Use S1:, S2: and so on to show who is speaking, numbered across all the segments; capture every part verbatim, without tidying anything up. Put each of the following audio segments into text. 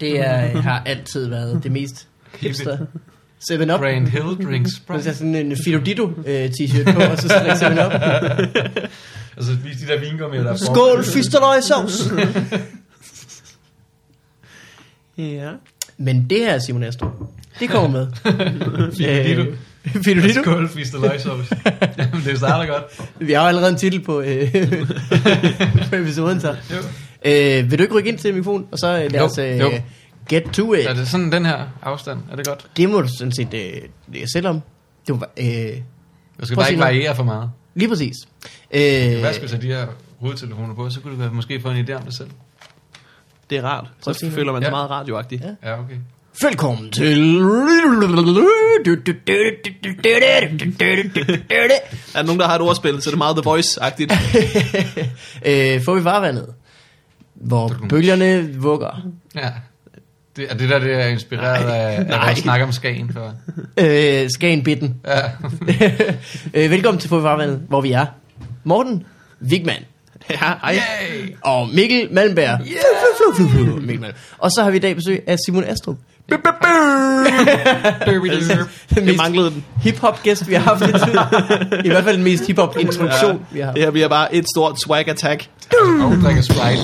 S1: Det er, har altid været det mest hipster. seven up.
S2: Brand Hill drinks.
S1: Man har sådan en Fido øh, t-shirt på, og så skal der seven up.
S2: Altså, vis de der vingummier, der er
S1: skål, fisteløgsovs!
S3: Ja.
S1: Men det her, Simon Astrup, det kommer med.
S2: Fido
S1: Fido Dido.
S2: Skål, fisteløgsovs. Jamen, det starter godt.
S1: Vi har jo allerede en titel på, øh, på episoden, så. Øh, vil du ikke rykke ind til mikrofonen, og så øh, lad os øh, get to it.
S2: Er det sådan den her afstand? Er det godt?
S1: Det må du sådan set øh, lægge selv om. Det var, øh,
S2: Jeg skal bare ikke variere for meget.
S1: Lige præcis.
S2: Øh, Hvad skal vi sætte de her hovedtelefoner på? Så kunne du måske få en idé om det selv.
S3: Det er rart. Så
S1: Prøv
S3: føler man sig
S2: ja.
S3: meget radioagtig.
S2: Ja, ja okay.
S1: Velkommen til...
S3: Er der nogen, der har et ordspil, så er det meget The Voice-agtigt.
S1: øh, får vi farvandet, hvor bølgerne vugger.
S2: Ja. Det, er det der, det er inspireret nej, af, af vores snak om Skagen før?
S1: Øh, Skagen-bitten. Ja. øh, velkommen til Får vi farvandet, hvor vi er Morten Wigman.
S3: Ja, ej.
S1: Og Mikkel Malmberg. Yeah. Mikkel Malmberg. Og så har vi i dag besøg af Simon Astrup.
S3: Det manglede den.
S1: Hip-hop gæst vi har haft lidt tid. I hvert fald den mest hip-hop introduktion ja. vi har haft.
S3: Det her bliver bare et stort swag attack.
S2: Og drikker Sprite.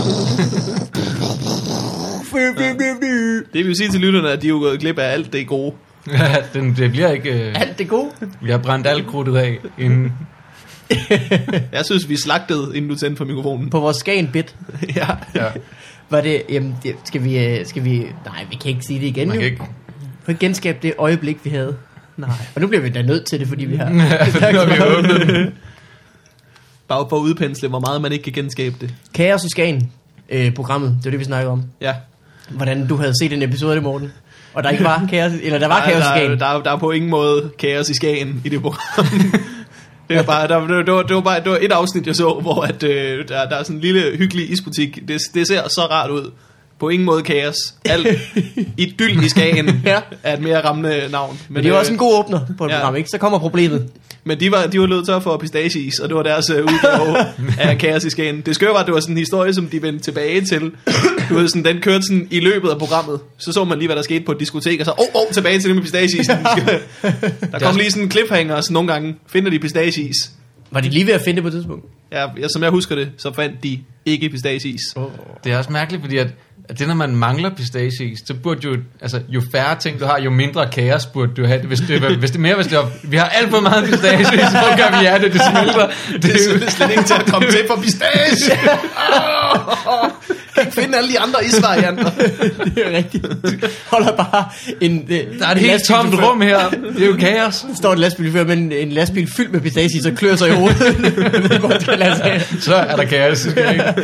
S3: Det vil sige til lytterne, at de er jo gået glip af alt det gode.
S2: Ja, den, det bliver ikke... Øh,
S1: alt det gode?
S2: Vi har brændt alt krudtet af inden...
S3: Jeg synes, vi slagtede, inden du tændte for mikrofonen.
S1: På vores Skagen-bit.
S3: Ja.
S2: Ja.
S1: Var det, jamen, det, skal vi, skal vi, nej, vi kan ikke sige det igen.
S2: Man
S1: jo.
S2: kan ikke.
S1: Vi kan ikke genskabe det øjeblik, vi havde.
S3: Nej.
S1: Og nu bliver vi da nødt til det, fordi vi har...
S2: Ja, for nu har vi åbnet den.
S3: Bare for at udpensle, hvor meget man ikke kan genskabe det.
S1: Kaos i Skagen, øh, programmet, det var det, vi snakkede om.
S3: Ja.
S1: Hvordan du havde set en episode af det, Morten. Og der ikke var kaos, eller der var
S3: der,
S1: kaos
S3: der,
S1: i Skagen.
S3: Der, der, der er på ingen måde kaos i Skagen i det program. Det var bare, der, det, var, det var bare det var et afsnit, jeg så, hvor at, øh, der, der er sådan en lille hyggelig isbutik. Det, det ser så rart ud. På ingen måde kaos. Alt idyll i Skagen
S1: ja. er
S3: et mere rammende navn.
S1: Men, Men det er øh, også en god åbner på et ja. program, ikke? Så kommer problemet.
S3: Men de var, de var løbet tør for pistacheis, og det var deres uh, udgave af kaos i Skagen. Det skøre var, at det var sådan en historie, som de vendte tilbage til. Du ved, sådan, den kørte sådan i løbet af programmet. Så så man lige, hvad der skete på et diskotek, og så, åh, oh, oh, tilbage til det med pistacheis. Der kom lige sådan en cliffhanger, så nogle gange finder de pistacheis.
S1: Var de lige ved at finde det på et tidspunkt?
S3: Ja, som jeg husker det, så fandt de ikke pistacheis.
S2: Oh. Det er også mærkeligt, fordi at at det, når man mangler pistacheis, så burde jo, altså, jo færre ting du har, jo mindre kaos burde du have det. Hvis det, hvis det mere, hvis det var, vi har alt for meget pistacheis, så gør vi af det, det smelter.
S3: Det, det er jo slet ikke til at komme til for pistache. Oh, kan ikke finde alle de andre isvarianter.
S1: Det er rigtigt. Holder bare en... Det,
S2: der er et helt tomt rum her. Det er jo kaos.
S1: Der står en lastbilfører med en, en lastbil fyldt med pistacheis, så klør sig i hovedet.
S2: Så er der kaos. Så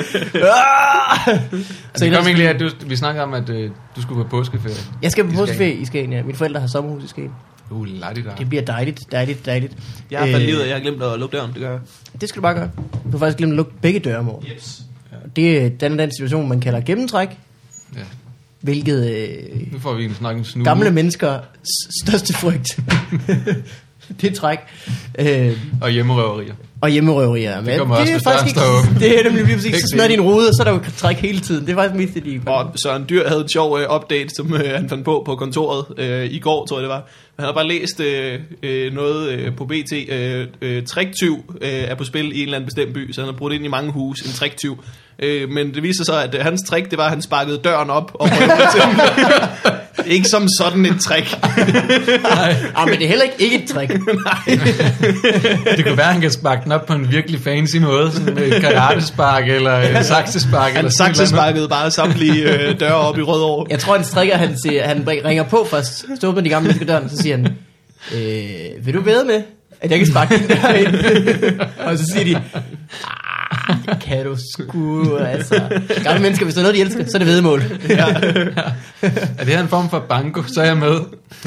S2: det kom egentlig, at du, vi snakkede om, at øh, du skulle på påskeferie.
S1: Jeg skal på påskeferie i Skagen, ja. Mine forældre har sommerhus i Skagen.
S2: Uh, ladidar.
S1: Det bliver dejligt, dejligt, dejligt.
S3: Jeg har faldet livet, jeg har glemt at lukke døren, det gør jeg.
S1: Det skal du bare gøre. Du har faktisk glemt at lukke begge døre, mor.
S3: Yes.
S1: Ja. Det den er den situation, man kalder gennemtræk.
S2: Ja.
S1: Hvilket øh,
S2: nu får vi en snak en snue.
S1: Gamle mennesker største frygt. Det er træk. Øh,
S2: og hjemmerøverier.
S1: Og hjemmerøverier.
S2: Det
S1: men
S2: kommer
S1: det
S2: også,
S1: er
S2: hvis
S1: faktisk ikke, det er nemlig lige præcis. Så smør din rude, og så er der jo træk hele tiden. Det er faktisk mest det, de...
S3: Og Søren Dyr havde et sjov uh, update, som uh, han fandt på på kontoret uh, i går, tror jeg det var. Han havde bare læst uh, uh, noget uh, på B T. Uh, uh, Triktyv uh, er på spil i en eller anden bestemt by, så han har brugt ind i mange hus, en triktyv. Uh, men det viser sig, at uh, hans trick, det var, at han sparkede døren op og røvede til dem. Ikke som sådan et trick.
S1: Nej, ah, men det er heller ikke, ikke et trick.
S3: Nej.
S2: Det kunne være, at han kan sparke den op på en virkelig fancy måde, sådan et karatespark eller en saksespark.
S3: Han saksesparkede bare samtlige øh, døre op i Rødovre.
S1: Jeg tror, han strikker, han, siger, han ringer på først, står med de gamle mennesker døren, og så siger han, øh, vil du ved med, at jeg kan sparke den der ind? Og så siger de, ah, kan du sgu, altså. Gamle mennesker, hvis der er noget, de elsker, så er det vedmål.
S2: Ja. Er det her en form for banko, så er jeg med.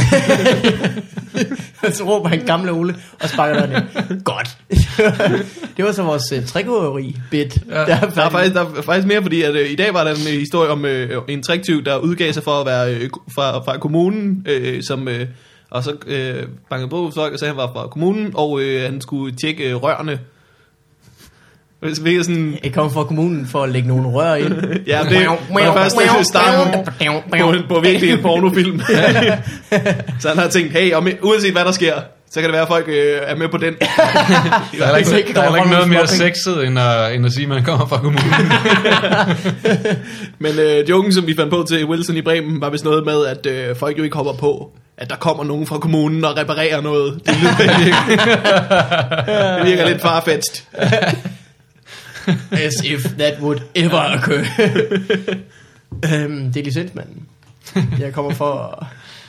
S1: Så råber han gamle Ole og sparker døren ind. Godt. Det var så vores uh, trikåeri-bit.
S3: Ja. Der, er der, er faktisk, der er faktisk mere, fordi at, uh, i dag var der en uh, historie om uh, en triktyv, der udgav sig for at være uh, fra, fra kommunen, uh, som... Uh, og så uh, bankede på folk og sagde, at han var fra kommunen, og uh, han skulle tjekke uh, rørene. Hvis vi er sådan...
S1: Jeg kommer fra kommunen for at lægge nogle rør ind.
S3: Ja, det var først til starten på, på virkelig en pornofilm. Så han har tænkt, hey, om, uanset hvad der sker, så kan det være, at folk øh, er med på den.
S2: Der er ikke, der er ikke noget mere sexet, end at, end at sige, at man kommer fra kommunen.
S3: Men øh, joken, som vi fandt på til Wilson i Bremen, var vist noget med, at øh, folk jo ikke hopper på, at der kommer nogen fra kommunen og reparerer noget. Det, lyder, det, virker, det virker lidt farfetched.
S1: As if that would ever occur. um, det er licensmanden. Jeg kommer for...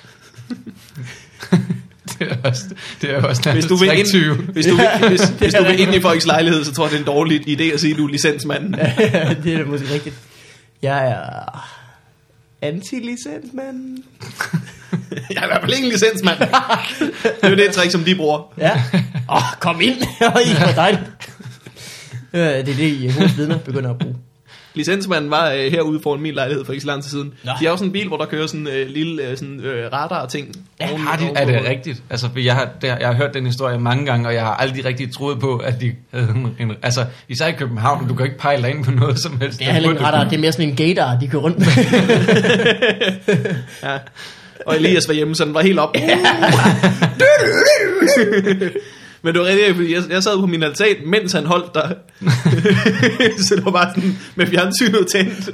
S2: Det er også, det er også
S3: hvis du vil ind, hvis du vil, hvis, hvis du vil ind i folks lejlighed, så tror jeg, det er en dårlig idé at sige, at du er licensmanden.
S1: Ja, det er da måske rigtigt. Jeg er anti-licensmanden.
S3: Jeg er i hvert fald ikke en licensmand. Det er jo det trick, som de bruger.
S1: Ja. Åh, oh, kom ind. I var dejligt. Det er det, Jehovas vidner begynder at bruge.
S3: Licensmanden var øh, herude foran min lejlighed for ikke så lang tid siden. Nå. De har jo sådan en bil, hvor der kører sådan en øh, lille øh, sådan, øh, radar-ting.
S2: Ja, har de, er det rigtigt? Altså, jeg har, der, jeg har hørt den historie mange gange, og jeg har aldrig rigtig troet på, at de havde en... Altså, især i København, du kan ikke pejle ind på noget som helst.
S1: Det er heller ikke radar, det er mere sådan en gator, de kører rundt med.
S3: Ja. Og Elias var hjemme, så den var helt op. Men det var rigtig, jeg, jeg sad på min altan, mens han holdt der. Så det var bare sådan, med fjernsynet tændt.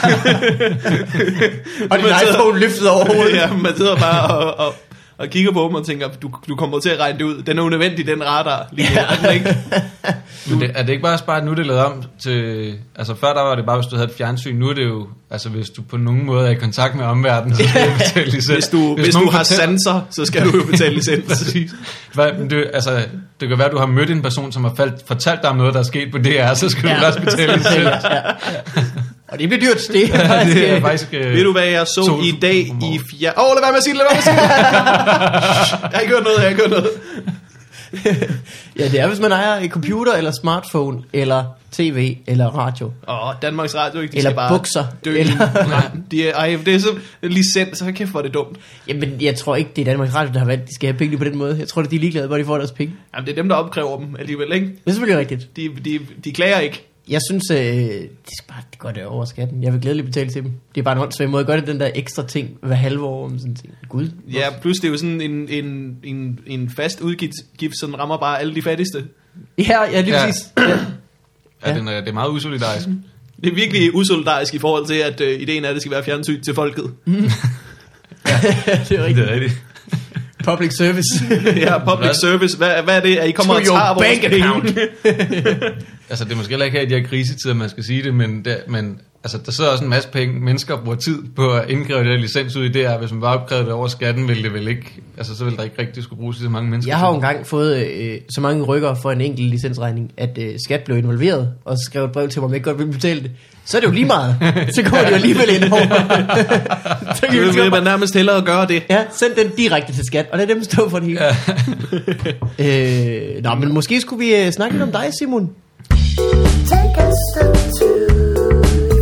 S1: Og din iPhone løftet over hovedet.
S3: Ja, man sidder bare og, og, og kigger på dem og tænker, du, du kommer til at regne det ud. Den er unødvendig, den radar. Lige nu, er den ikke?
S2: Men det, er det ikke bare bare nu det er lavet om til... Altså før der var det bare, hvis du havde et fjernsyn. Nu er det jo... Altså hvis du på nogen måde er i kontakt med omverdenen, så skal du betale licens.
S3: Hvis du, hvis hvis du har sanser, så skal du jo betale licens.
S2: Præcis. Men det, altså, det kan være, at du har mødt en person, som har faldt, fortalt dig om noget, der er sket på D R, så skal ja. du også betale licens. Ja, ja.
S1: Og det bliver dyrt. Det er faktisk...
S2: det er faktisk uh,
S3: ved du hvad jeg så i dag i fjerde... Åh, oh, lad være med at sige det, lad være med at sige det. Jeg har ikke hørt noget, jeg har ikke hørt noget.
S1: Ja, det er, hvis man ejer en computer, eller smartphone, eller tv, eller radio.
S3: Åh, oh, Danmarks Radio, ikke? De
S1: eller
S3: bare
S1: bukser.
S3: Dø. Eller... de er, ej, det er så licens, så kæft, hvor er det dumt.
S1: Jamen, jeg tror ikke, det er Danmarks Radio, der har valgt, de skal have penge på den måde. Jeg tror, at de er ligeglade, hvor de får deres penge.
S3: Jamen, det er dem, der opkræver dem alligevel, ikke? Det
S1: er selvfølgelig rigtigt.
S3: De, de, de klager ikke.
S1: Jeg synes, øh, de skal bare de gør det over skatten. Jeg vil glædeligt betale til dem. Det er bare en åndssvag måde at gøre det, den der ekstra ting hver halve år om sådan ting. Gud.
S3: Ja, plus det er jo sådan en, en, en, en fast udgift, som rammer bare alle de fattigste.
S1: Ja, ja, lige
S2: ja.
S1: præcis. Ja.
S2: Ja, den er, det er meget usolidarisk.
S3: Det er virkelig usolidarisk i forhold til, at øh, ideen er, at det skal være fjernsyn til folket. Mm.
S1: Ja, det er rigtigt.
S2: Det er rigtigt.
S1: Public service.
S3: Ja, public service. Hvad, hvad er det? At I kommer
S1: to
S3: og tager vores penge?
S2: Altså, det er måske heller ikke her i de her krisetider, man skal sige det, men, det, men altså, der sidder også en masse penge. Mennesker bruger tid på at indkræve det her licens ud i det her. Hvis man bare opkrævede det over skatten, ville det vel ikke... Altså, så ville der ikke rigtig skulle bruges så mange mennesker.
S1: Jeg har jo engang fået øh, så mange rykker for en enkelt licensregning, at øh, skat blev involveret, og så skrev et brev til mig, om jeg ikke godt ville betale det. Så er det jo lige meget. Så kommer det jo alligevel ind over.
S3: Så kan vil man nærmest hellere gøre det.
S1: Ja, send den direkte til skat, og lad dem stå for det hele. Ja. øh, nå, men måske skulle vi øh, snakke lidt om dig, Simon. Take a step two,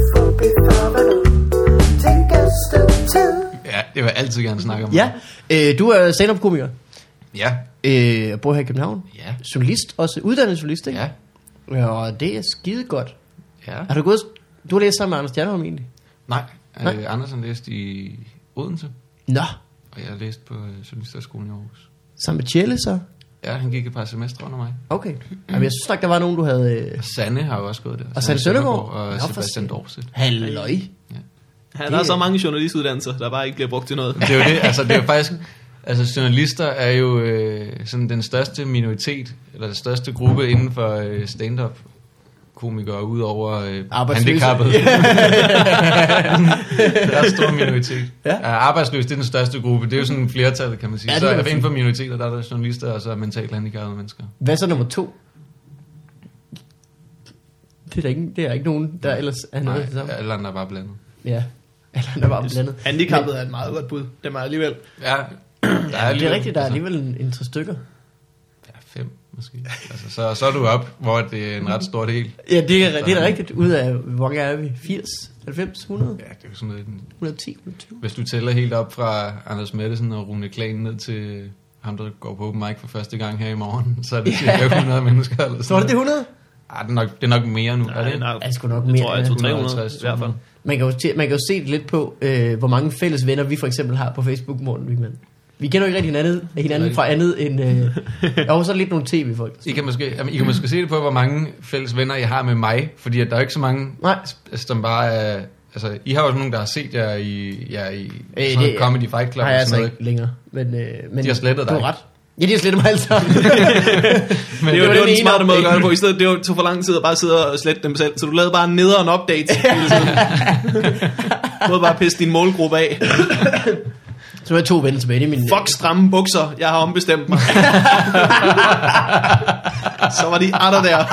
S2: ja, det vil jeg altid gerne snakke om.
S1: Ja, øh, du er stand-up-komiker.
S2: Ja.
S1: Øh, bor her i København.
S2: Ja.
S1: Journalist, også uddannet journalist, ikke?
S2: Ja.
S1: Og det er skide godt.
S2: Ja.
S1: Har du gået, du har læst sammen med Anders Stjernholm egentlig?
S2: Nej,
S1: Nej.
S2: Øh, Andersen læste i Odense.
S1: Nå.
S2: Og jeg har læst på Journalisterskolen i Aarhus.
S1: Sammen med Tjelle så?
S2: Ja, han gik et par semestre under mig.
S1: Okay. Jamen, jeg synes nok, der var nogen, du havde... Øh...
S2: Sanne har jo også gået der.
S1: Og Sanne Søndergaard.
S2: Og
S1: Nå,
S2: Sebastian Dorset.
S1: Halløj.
S2: Ja.
S3: Han har så mange journalistuddannelser, der bare ikke bliver brugt til noget.
S2: Det er jo det, altså det er jo faktisk... Altså journalister er jo øh, sådan den største minoritet, eller den største gruppe inden for øh, stand-up komikere, udover øh, handicappede. Yeah. Det er en stor minoritet. Ja. Arbejdsløs, det er den største gruppe. Det er jo sådan en flertal, kan man sige. Ja, så er inden for minoriteter, der er der journalister, og så er mentalt handicappede mennesker.
S1: Hvad så nummer to? Det er der ikke, det er ikke nogen, der ellers er noget
S2: Nej,
S1: det samme.
S2: alle andre er bare blandet.
S1: Ja, alle andre er bare blandet.
S3: Handicappet er et meget godt bud. Det er meget alligevel.
S2: Ja,
S1: der er ja, det er rigtigt, der er alligevel en, en tre stykker.
S2: Ja, fem måske. Altså, så, så er du op, hvor det er en ret stor del.
S1: Ja, det er, det er da rigtigt. Ud af, hvor mange er vi? firs, halvfems, hundrede?
S2: Ja, det er jo sådan noget.
S1: hundrede og ti, hundrede og tyve.
S2: Hvis du tæller helt op fra Anders Madsen og Rune Klan ned til ham, der går på open mic for første gang her i morgen, så er det cirka hundrede mennesker. Eller sådan.
S1: Så er det det hundrede?
S2: Ah, det, er nok, det er nok mere nu.
S3: Nej,
S2: er det?
S3: nok,
S1: Jeg sgu nok
S3: jeg
S1: mere.
S3: tror, jeg
S1: ja.
S3: to tre hundrede
S2: hundrede og halvtreds,
S3: i hvert fald.
S1: Man kan, jo se, man kan jo se det lidt på, øh, hvor mange fælles venner vi for eksempel har på Facebook, Morten Wigman. Vi kender jo ikke rigtig hinanden, hinanden fra andet end... Øh, jeg har så lidt nogle tv-folk.
S2: I kan, måske, jamen, I kan måske se det på, hvor mange fælles venner I har med mig, fordi at der er ikke så mange,
S1: Nej.
S2: som bare er... Altså, I har jo også nogen, der har set jer i, jer i
S1: Øh,
S2: sådan
S1: det-
S2: Comedy Fight Club
S1: Nej, jeg
S2: og
S1: altså
S2: sådan noget.
S1: ikke længere. Men, øh, men
S2: De har slettet
S1: du har
S2: dig.
S1: ret. Ja, de har slettet mig alle sammen.
S2: Men
S3: Det er jo,
S1: det
S3: det
S1: var
S3: var
S1: den
S3: den
S1: ene
S3: smarte måde at gøre
S1: update.
S3: det på. I stedet, det var, tog for lang tid at bare sidde og slette dem selv. Så du lavede bare en nederen update. Både bare pisse din målgruppe af.
S1: Så er jeg to venner tilbage. Det er min,
S3: Fuck stramme bukser. Jeg har ombestemt mig. Så var de andre der.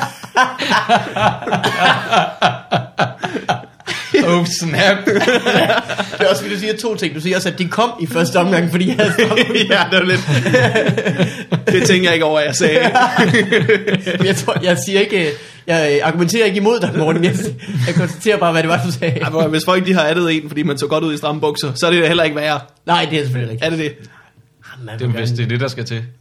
S2: Oh, snap.
S1: Det er også fordi, du siger to ting. Du siger også, at de kom i første omgang, fordi jeg havde strammet.
S3: Ja, det var lidt... Det tænker jeg ikke over, jeg sagde.
S1: Men jeg, tror, jeg siger ikke... Jeg argumenterer ikke imod dig, Morten. Jeg, jeg konstaterer bare, hvad det var, du sagde.
S3: Ja, hvor- hvis folk de har addet en, fordi man så godt ud i stramme bukser, så er det heller ikke værre.
S1: Nej, det er selvfølgelig ikke.
S3: Er det det?
S1: Jamen,
S2: Det er vist det, er det, der skal til.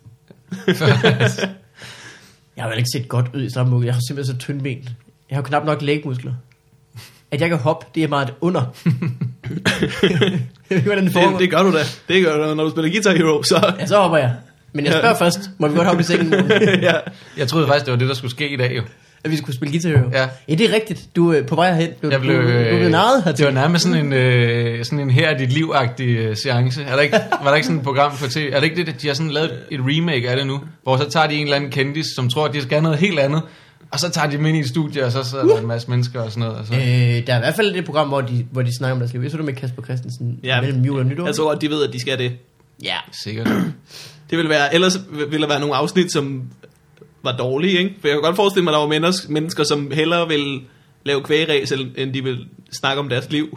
S1: Jeg har vel ikke set godt ud i stramme bukser. Jeg har simpelthen så tynde ben. Jeg har jo knap nok lægmuskler. At jeg kan hoppe, det er meget et under. Jeg ved ikke, hvordan det foregår.
S3: Det, det gør du da. Det gør du da. Når du spiller Guitar Hero, så...
S1: Ja, så hopper jeg. Men jeg spørger først, må vi godt hoppe i sengen?
S3: ja.
S2: Jeg troede faktisk, det var det, der skulle ske i dag jo.
S1: At vi skulle spille Guitar Hero.
S2: Ja.
S1: Ja, det er rigtigt. Du er på vej herhen. Du,
S2: Jeg blev,
S1: du, du er blevet narret hertil.
S2: det var nærmest sådan en, øh, sådan en her af dit liv-agtig øh, seance. Er der ikke, var der ikke sådan et program på tv? Er det ikke det, de har sådan lavet et remake af det nu? Hvor så tager de en eller anden kendis, som tror, at de skal have noget helt andet. Og så tager de dem ind i et studie, og så sidder der en masse mennesker og sådan noget. Og så.
S1: Øh, der er i hvert fald det program, hvor de, hvor de snakker om deres liv. Jeg så det med Kasper Christensen
S3: Ja.
S1: mellem jul og nytår.
S3: Jeg tror godt, de ved, at de skal det.
S1: Ja.
S2: Sikkert.
S3: Det vil være, ellers vil der være nogle afsnit, som var dårlige, ikke? For jeg kan godt forestille mig, at der var mennesker, mennesker som hellere vil lave kvægeræs, end de vil snakke om deres liv.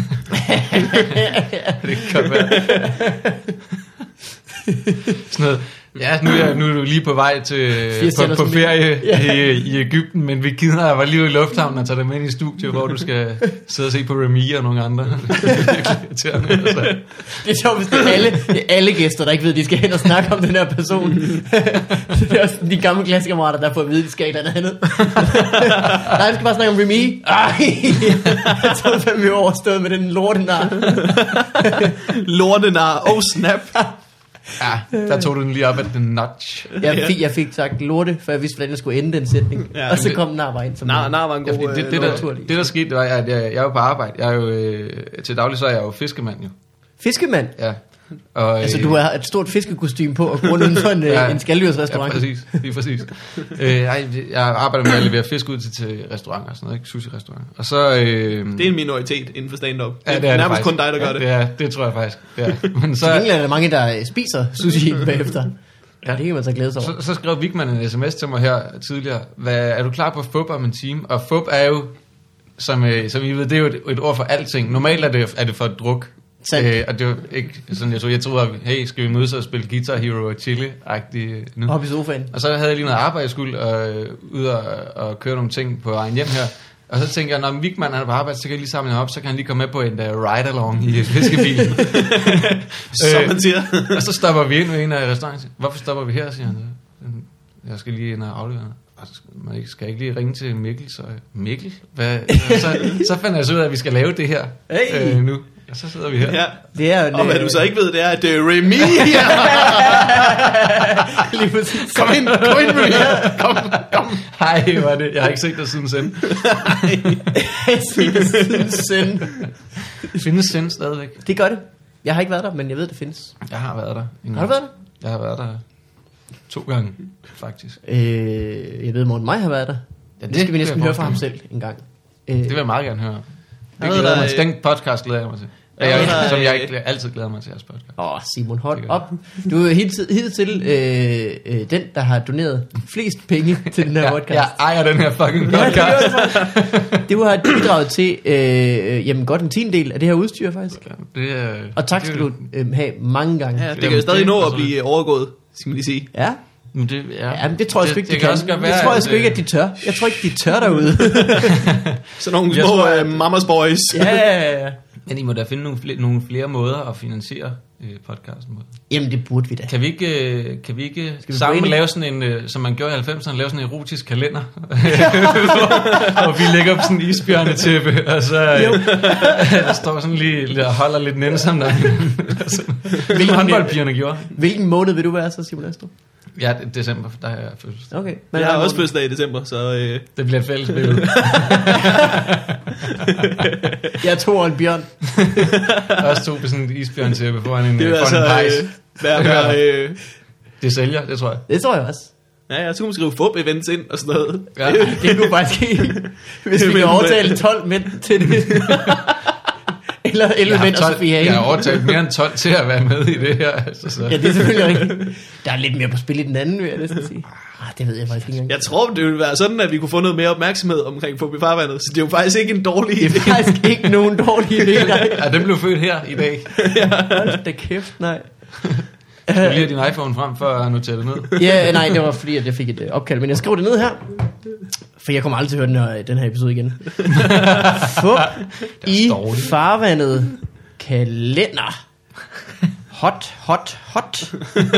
S2: Det kan godt være. Sådan noget. Ja, nu er, jeg, nu er du lige på vej til på, på ferie i, i Egypten, men vi gider at være lige i lufthavnen og tage dig med ind i studiet, hvor du skal sidde og se på Remy og nogle andre. Det er virkelig irriterende. Altså.
S1: Det er sjovt, hvis det er, alle, det er alle gæster, der ikke ved, at de skal hen og snakke om den her person. Det er også de gamle klassekammerater, der får at vide, at de skal et eller andet. Nej, vi skal bare snakke om Remy. Ej, jeg troede fandme, vi var overstået med den lortenar.
S3: Lortenar. Oh, snap.
S2: Ja, der tog du den lige op af den notch.
S1: Jeg fik, jeg fik sagt lorte, for jeg vidste, hvordan jeg skulle ende den sætning.
S3: Ja,
S1: og så
S2: det-
S1: kom den nar bare ind. Som
S3: Nar, nar var en
S2: Ja,
S3: god...
S2: fordi det,
S3: øh,
S2: det,
S3: lort.
S2: der,
S1: naturligt.
S2: det der skete, det var, at jeg, jeg var på arbejde. Jeg er jo, øh, til daglig så er jeg jo fiskemand jo.
S1: Fiskemand.
S2: Ja. Og,
S1: Altså,
S2: øh,
S1: du har et stort fiskekostyme på, og går uden for en,
S2: Ja.
S1: ja. en skalddyrsrestaurant.
S2: Ja, præcis. Lige præcis. øh, jeg, jeg arbejder med at levere fisk ud til, til restauranter og sådan noget, ikke? Sushi-restauranter. Og så... Øh,
S3: Det er en minoritet inden for stand-up.
S2: ja,
S3: det er nærmest
S2: faktisk.
S3: kun dig, der gør
S2: ja,
S3: det.
S2: det. Er, det tror jeg faktisk. Det er. Men
S1: Så
S2: så,
S1: egentlig er der mange, der spiser sushi bagefter. Ja, det kan man så glæde sig over.
S2: så, så skrev Vigman en sms til mig her tidligere. Hvad, er du klar på fup om en time? Og fup er jo, som, øh, som I ved, det er jo et, et ord for alting. Normalt er det, er det for et druk.
S1: Sandt.
S2: Øh, og det var ikke sådan, jeg troede, jeg troede, at hey, skal vi mødes og spille Guitar Hero og chille-agtigt nu?
S1: Op i sofaen.
S2: Og så havde jeg lige noget arbejde, jeg skulle øh, ud og, og køre nogle ting på vejen hjem her. Og så tænker jeg, når Vigman er på arbejde, så kan jeg lige samle ham op, så kan han lige komme med på en uh, ride-along i fiskebilen.
S3: Som man siger.
S2: Og så stopper vi ind ved en af restauranten. Hvorfor stopper vi her, siger han. Jeg skal lige ind og aflevere. Og så skal, man ikke, skal jeg ikke lige ringe til Mikkel? Så, Mikkel? Hvad? Så, så fandt jeg så ud af, at vi skal lave det her
S1: Hey.
S2: øh, nu. Og så sidder vi her.
S3: Ja.
S1: Det er jo
S3: Og hvad du så ikke ved, det er, at det er Remy.
S1: lige præcis.
S3: Kom ind, kom ind, Remy. Kom, kom.
S2: Hej, var det. Jeg har ikke set dig siden send.
S1: Send.
S2: Findes send stadigvæk?
S1: Det gør det. Jeg har ikke været der, men jeg ved, det findes.
S2: Jeg har været der. En
S1: Har du været der?
S2: Jeg har været der to gange, faktisk.
S1: Øh, jeg ved, Morten Maj har været der. Ja, det, det skal vi næsten
S2: kan jeg
S1: høre fra ham
S2: forestille
S1: selv en gang. Øh,
S2: Det vil jeg meget gerne høre.
S3: Jeg
S2: Det
S3: ved,
S2: glæder
S3: der
S2: mig
S3: er-
S2: til. Den podcast glæder jeg mig til.
S3: Jeg
S2: Jeg,
S3: ved, der
S2: jeg,
S3: er-
S2: som jeg ikke altid glæder mig til jeres podcast.
S1: Åh, Simon, hold
S2: Det gør
S1: op. Du er hidtil, hidtil øh, øh, den, der har doneret flest penge til den her
S2: Jeg,
S1: podcast.
S2: jeg ejer den her fucking
S1: Ja, det gør
S2: podcast.
S1: det faktisk. Du har bidraget til øh, jamen, godt en tiendedel af det her udstyr, faktisk.
S2: Det er,
S1: Og tak
S2: det
S1: skal
S2: er-
S1: du øh, have mange gange.
S3: Ja, det kan jo stadig nå at blive overgået, skal man lige sige.
S1: Ja,
S2: Men det, ja.
S1: ja men det tror jeg sgu ikke,
S2: det
S1: de
S2: kan
S1: kan.
S2: også godt
S1: Det
S2: være,
S1: tror jeg
S2: at,
S1: sgu ikke, at de tør. Jeg tror ikke, de tør derude.
S3: Så nogle
S2: Jeg
S3: små
S2: tror,
S3: øh,
S2: at-
S3: mamas boys.
S1: ja, ja, ja.
S2: Men I må da finde nogle flere, nogle flere måder at finansiere øh, podcasten på.
S1: Jamen, det burde vi da.
S2: Kan vi ikke, øh, kan vi ikke
S1: vi
S2: sammen
S1: gå
S2: lave sådan en, øh, som man gjorde i halvfemserne, lave sådan en erotisk kalender? Og vi lægger på sådan en isbjørnetæppe, og så øh, der står sådan lige og holder lidt nænsomt. Hvilken
S1: håndboldpigerne gjorde. Hvilken måned vil du være så, Simon Astrup?
S2: Ja, det, december, der har jeg fødselsdag.
S1: Okay.
S3: Men jeg har også fødselsdag i december, så... Øh...
S2: Det bliver et fælles billede.
S1: Jeg tog en bjørn.
S2: Også to på sådan et isbjørnetæppe foran en,
S3: det er
S2: altså, en pejs.
S3: Øh, hver, hver, øh...
S2: Det sælger, det tror jeg.
S1: Det tror jeg også.
S3: Ja, jeg skulle skrive fup events ind og sådan noget.
S2: Ja.
S1: Det kunne faktisk ske, hvis vi kan overtale tolv mænd til det. Eller elleve mænd og Sofie Hagen.
S2: Jeg har overtalt mere end tolv til at være med i det her. Altså, så.
S1: Ja, det er selvfølgelig rigtigt. Der er lidt mere på spil i den anden, vil jeg næsten sige. Ah, det ved jeg faktisk ikke engang.
S3: Jeg tror, det ville være sådan, at vi kunne få noget mere opmærksomhed omkring Fup i farvandet. Så det er jo faktisk ikke en dårlig idé.
S1: Det er faktisk ikke nogen dårlig idé.
S2: Ja, den blev født her i dag.
S1: Ja. Hold da kæft, nej.
S2: Du lige have din iPhone frem for at notere det ned.
S1: Ja, nej, det var fordi, at jeg fik et uh, opkald. Men jeg skriver det ned her. For jeg kommer aldrig til at høre den her, den her episode igen. Fup i farvandet kalender. Hot, hot, hot.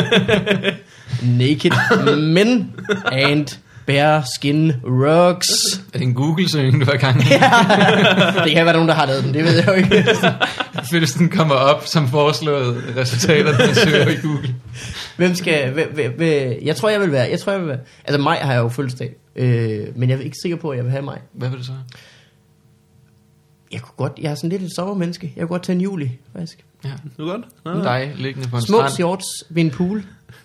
S1: Naked men and bearskin rugs.
S2: Er det en Google-søgning, du har gang i?
S1: Ja, det kan være nogen, der har lavet den, det ved jeg jo ikke.
S2: Hvis den kommer op som foreslået resultater, den søger i Google.
S1: Hvem skal... Hvem, hvem, hvem, jeg tror, jeg vil være... Jeg tror, jeg vil være... Altså, maj har jeg jo fødselsdag. Øh, men jeg er ikke sikker på, at jeg vil have maj.
S2: Hvad vil du så?
S1: Jeg kunne godt... Jeg er sådan lidt et sommermenneske. Jeg kunne godt tage en juli, faktisk.
S2: Ja.
S3: Du godt?
S2: Ja. Dig liggende på en
S1: små
S2: strand.
S1: Små shorts ved en pool.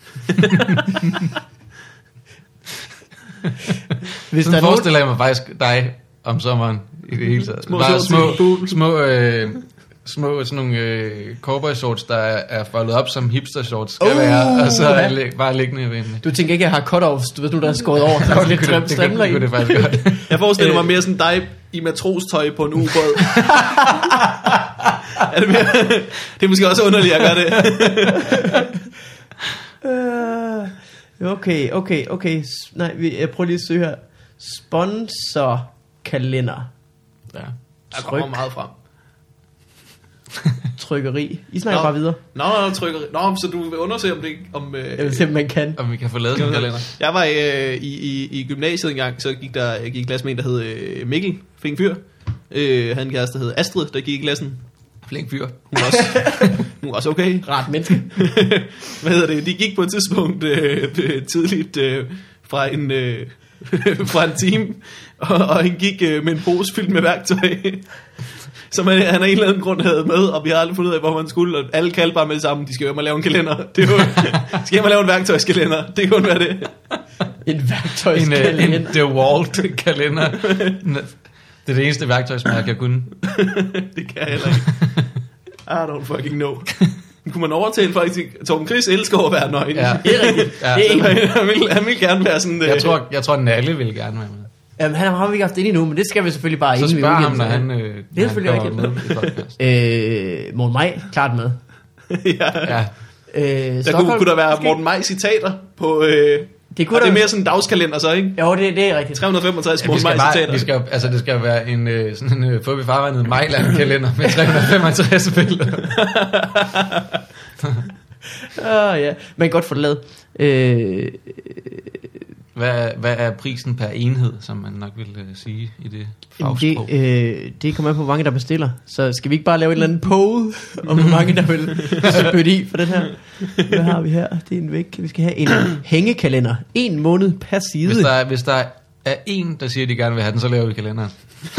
S2: Hvis så der forestiller nogen... jeg mig faktisk dig om sommeren i det hele taget.
S3: Små
S2: Bare små, små, øh, små sådan nogle øh, cowboy shorts, der er, er foldet op som hipster shorts skal uh, være, og så er lig, bare liggende ved en.
S1: Du tænker ikke, jeg har cut-offs, du ved du, der er skåret over. Der er lidt
S2: det, det, det, det kunne det faktisk godt.
S3: Jeg forestiller mig mere sådan dig i matrostøj på en ubåd. er det, mere? Det er måske også underligt at gøre det.
S1: Okay, okay, okay. Nej, jeg prøver lige at søge her. Sponsorkalender.
S3: Ja, der kommer meget frem.
S1: Trykkeri. I snakker nå, bare videre.
S3: Nå, nå, trykkeri. Nå, så du vil undersøge, om det om... Øh,
S1: jeg vil se, om man kan.
S2: Om vi kan få lavet sådan en kalender.
S3: Jeg var øh, i, i, i gymnasiet engang, så gik der jeg gik i klasse med en, der hed øh, Mikkel Flink Fyr. Øh, han en kæreste, der hed Astrid, der gik i klassen.
S2: Flink Fyr.
S3: Hun var også, hun var også okay.
S1: Rart menneske.
S3: Hvad hedder det? De gik på et tidspunkt øh, tidligt øh, fra en... Øh, fra en time, og, og han gik øh, med en pose fyldt med værktøj, som han, han af en eller anden grund havde med, og vi har aldrig fundet ud af, hvor man skulle, og alle kaldte bare med det samme, de skal hjem og lave en kalender. Det er jo, skal hjem og lave en værktøjskalender, det kunne være det.
S1: En værktøjskalender?
S2: En, en DeWalt-kalender. Det er det eneste værktøjsmærke, jeg kunne.
S3: Det kan jeg heller ikke. I don't fucking know. Kunne man overtale folk til, Torben Chris elsker at være nøgen.
S1: Ja, det er rigtigt. Ja. Det er
S3: han, vil, han vil gerne være sådan...
S2: Jeg øh, tror, jeg tror Nalle vil gerne være med.
S1: Jamen, han har vi ikke haft ind endnu, men det skal vi selvfølgelig bare...
S2: Så spørg ham, når han, øh,
S1: det er selvfølgelig rigtigt. øh, Morten Maj, klart med.
S3: Ja.
S2: Ja.
S3: Øh, der kunne, kunne der være Morten Maj citater på... Øh, det, kunne det er mere sådan en dagskalender så, ikke?
S1: Jo, det, det er rigtigt.
S3: tre hundrede og femogtres ja, Morten Maj citater.
S2: Vi skal, altså, det skal være en øh, sådan en øh, Fup i farvandet Majland-kalender med tre hundrede og femogtres billeder.
S1: Ah, ja, man kan godt få det lavet. Øh,
S2: hvad, hvad er prisen per enhed, som man nok vil uh, sige i det fagsprog?
S1: Det, øh, det kommer an på, hvor mange der bestiller. Så skal vi ikke bare lave en eller anden poll om, hvor mange der vil spytte i for den her? Hvad har vi her? Det er en væg. Vi skal have en hængekalender. En måned per side.
S2: Hvis der, er, hvis der er en, der siger, at de gerne vil have den, så laver vi kalenderen.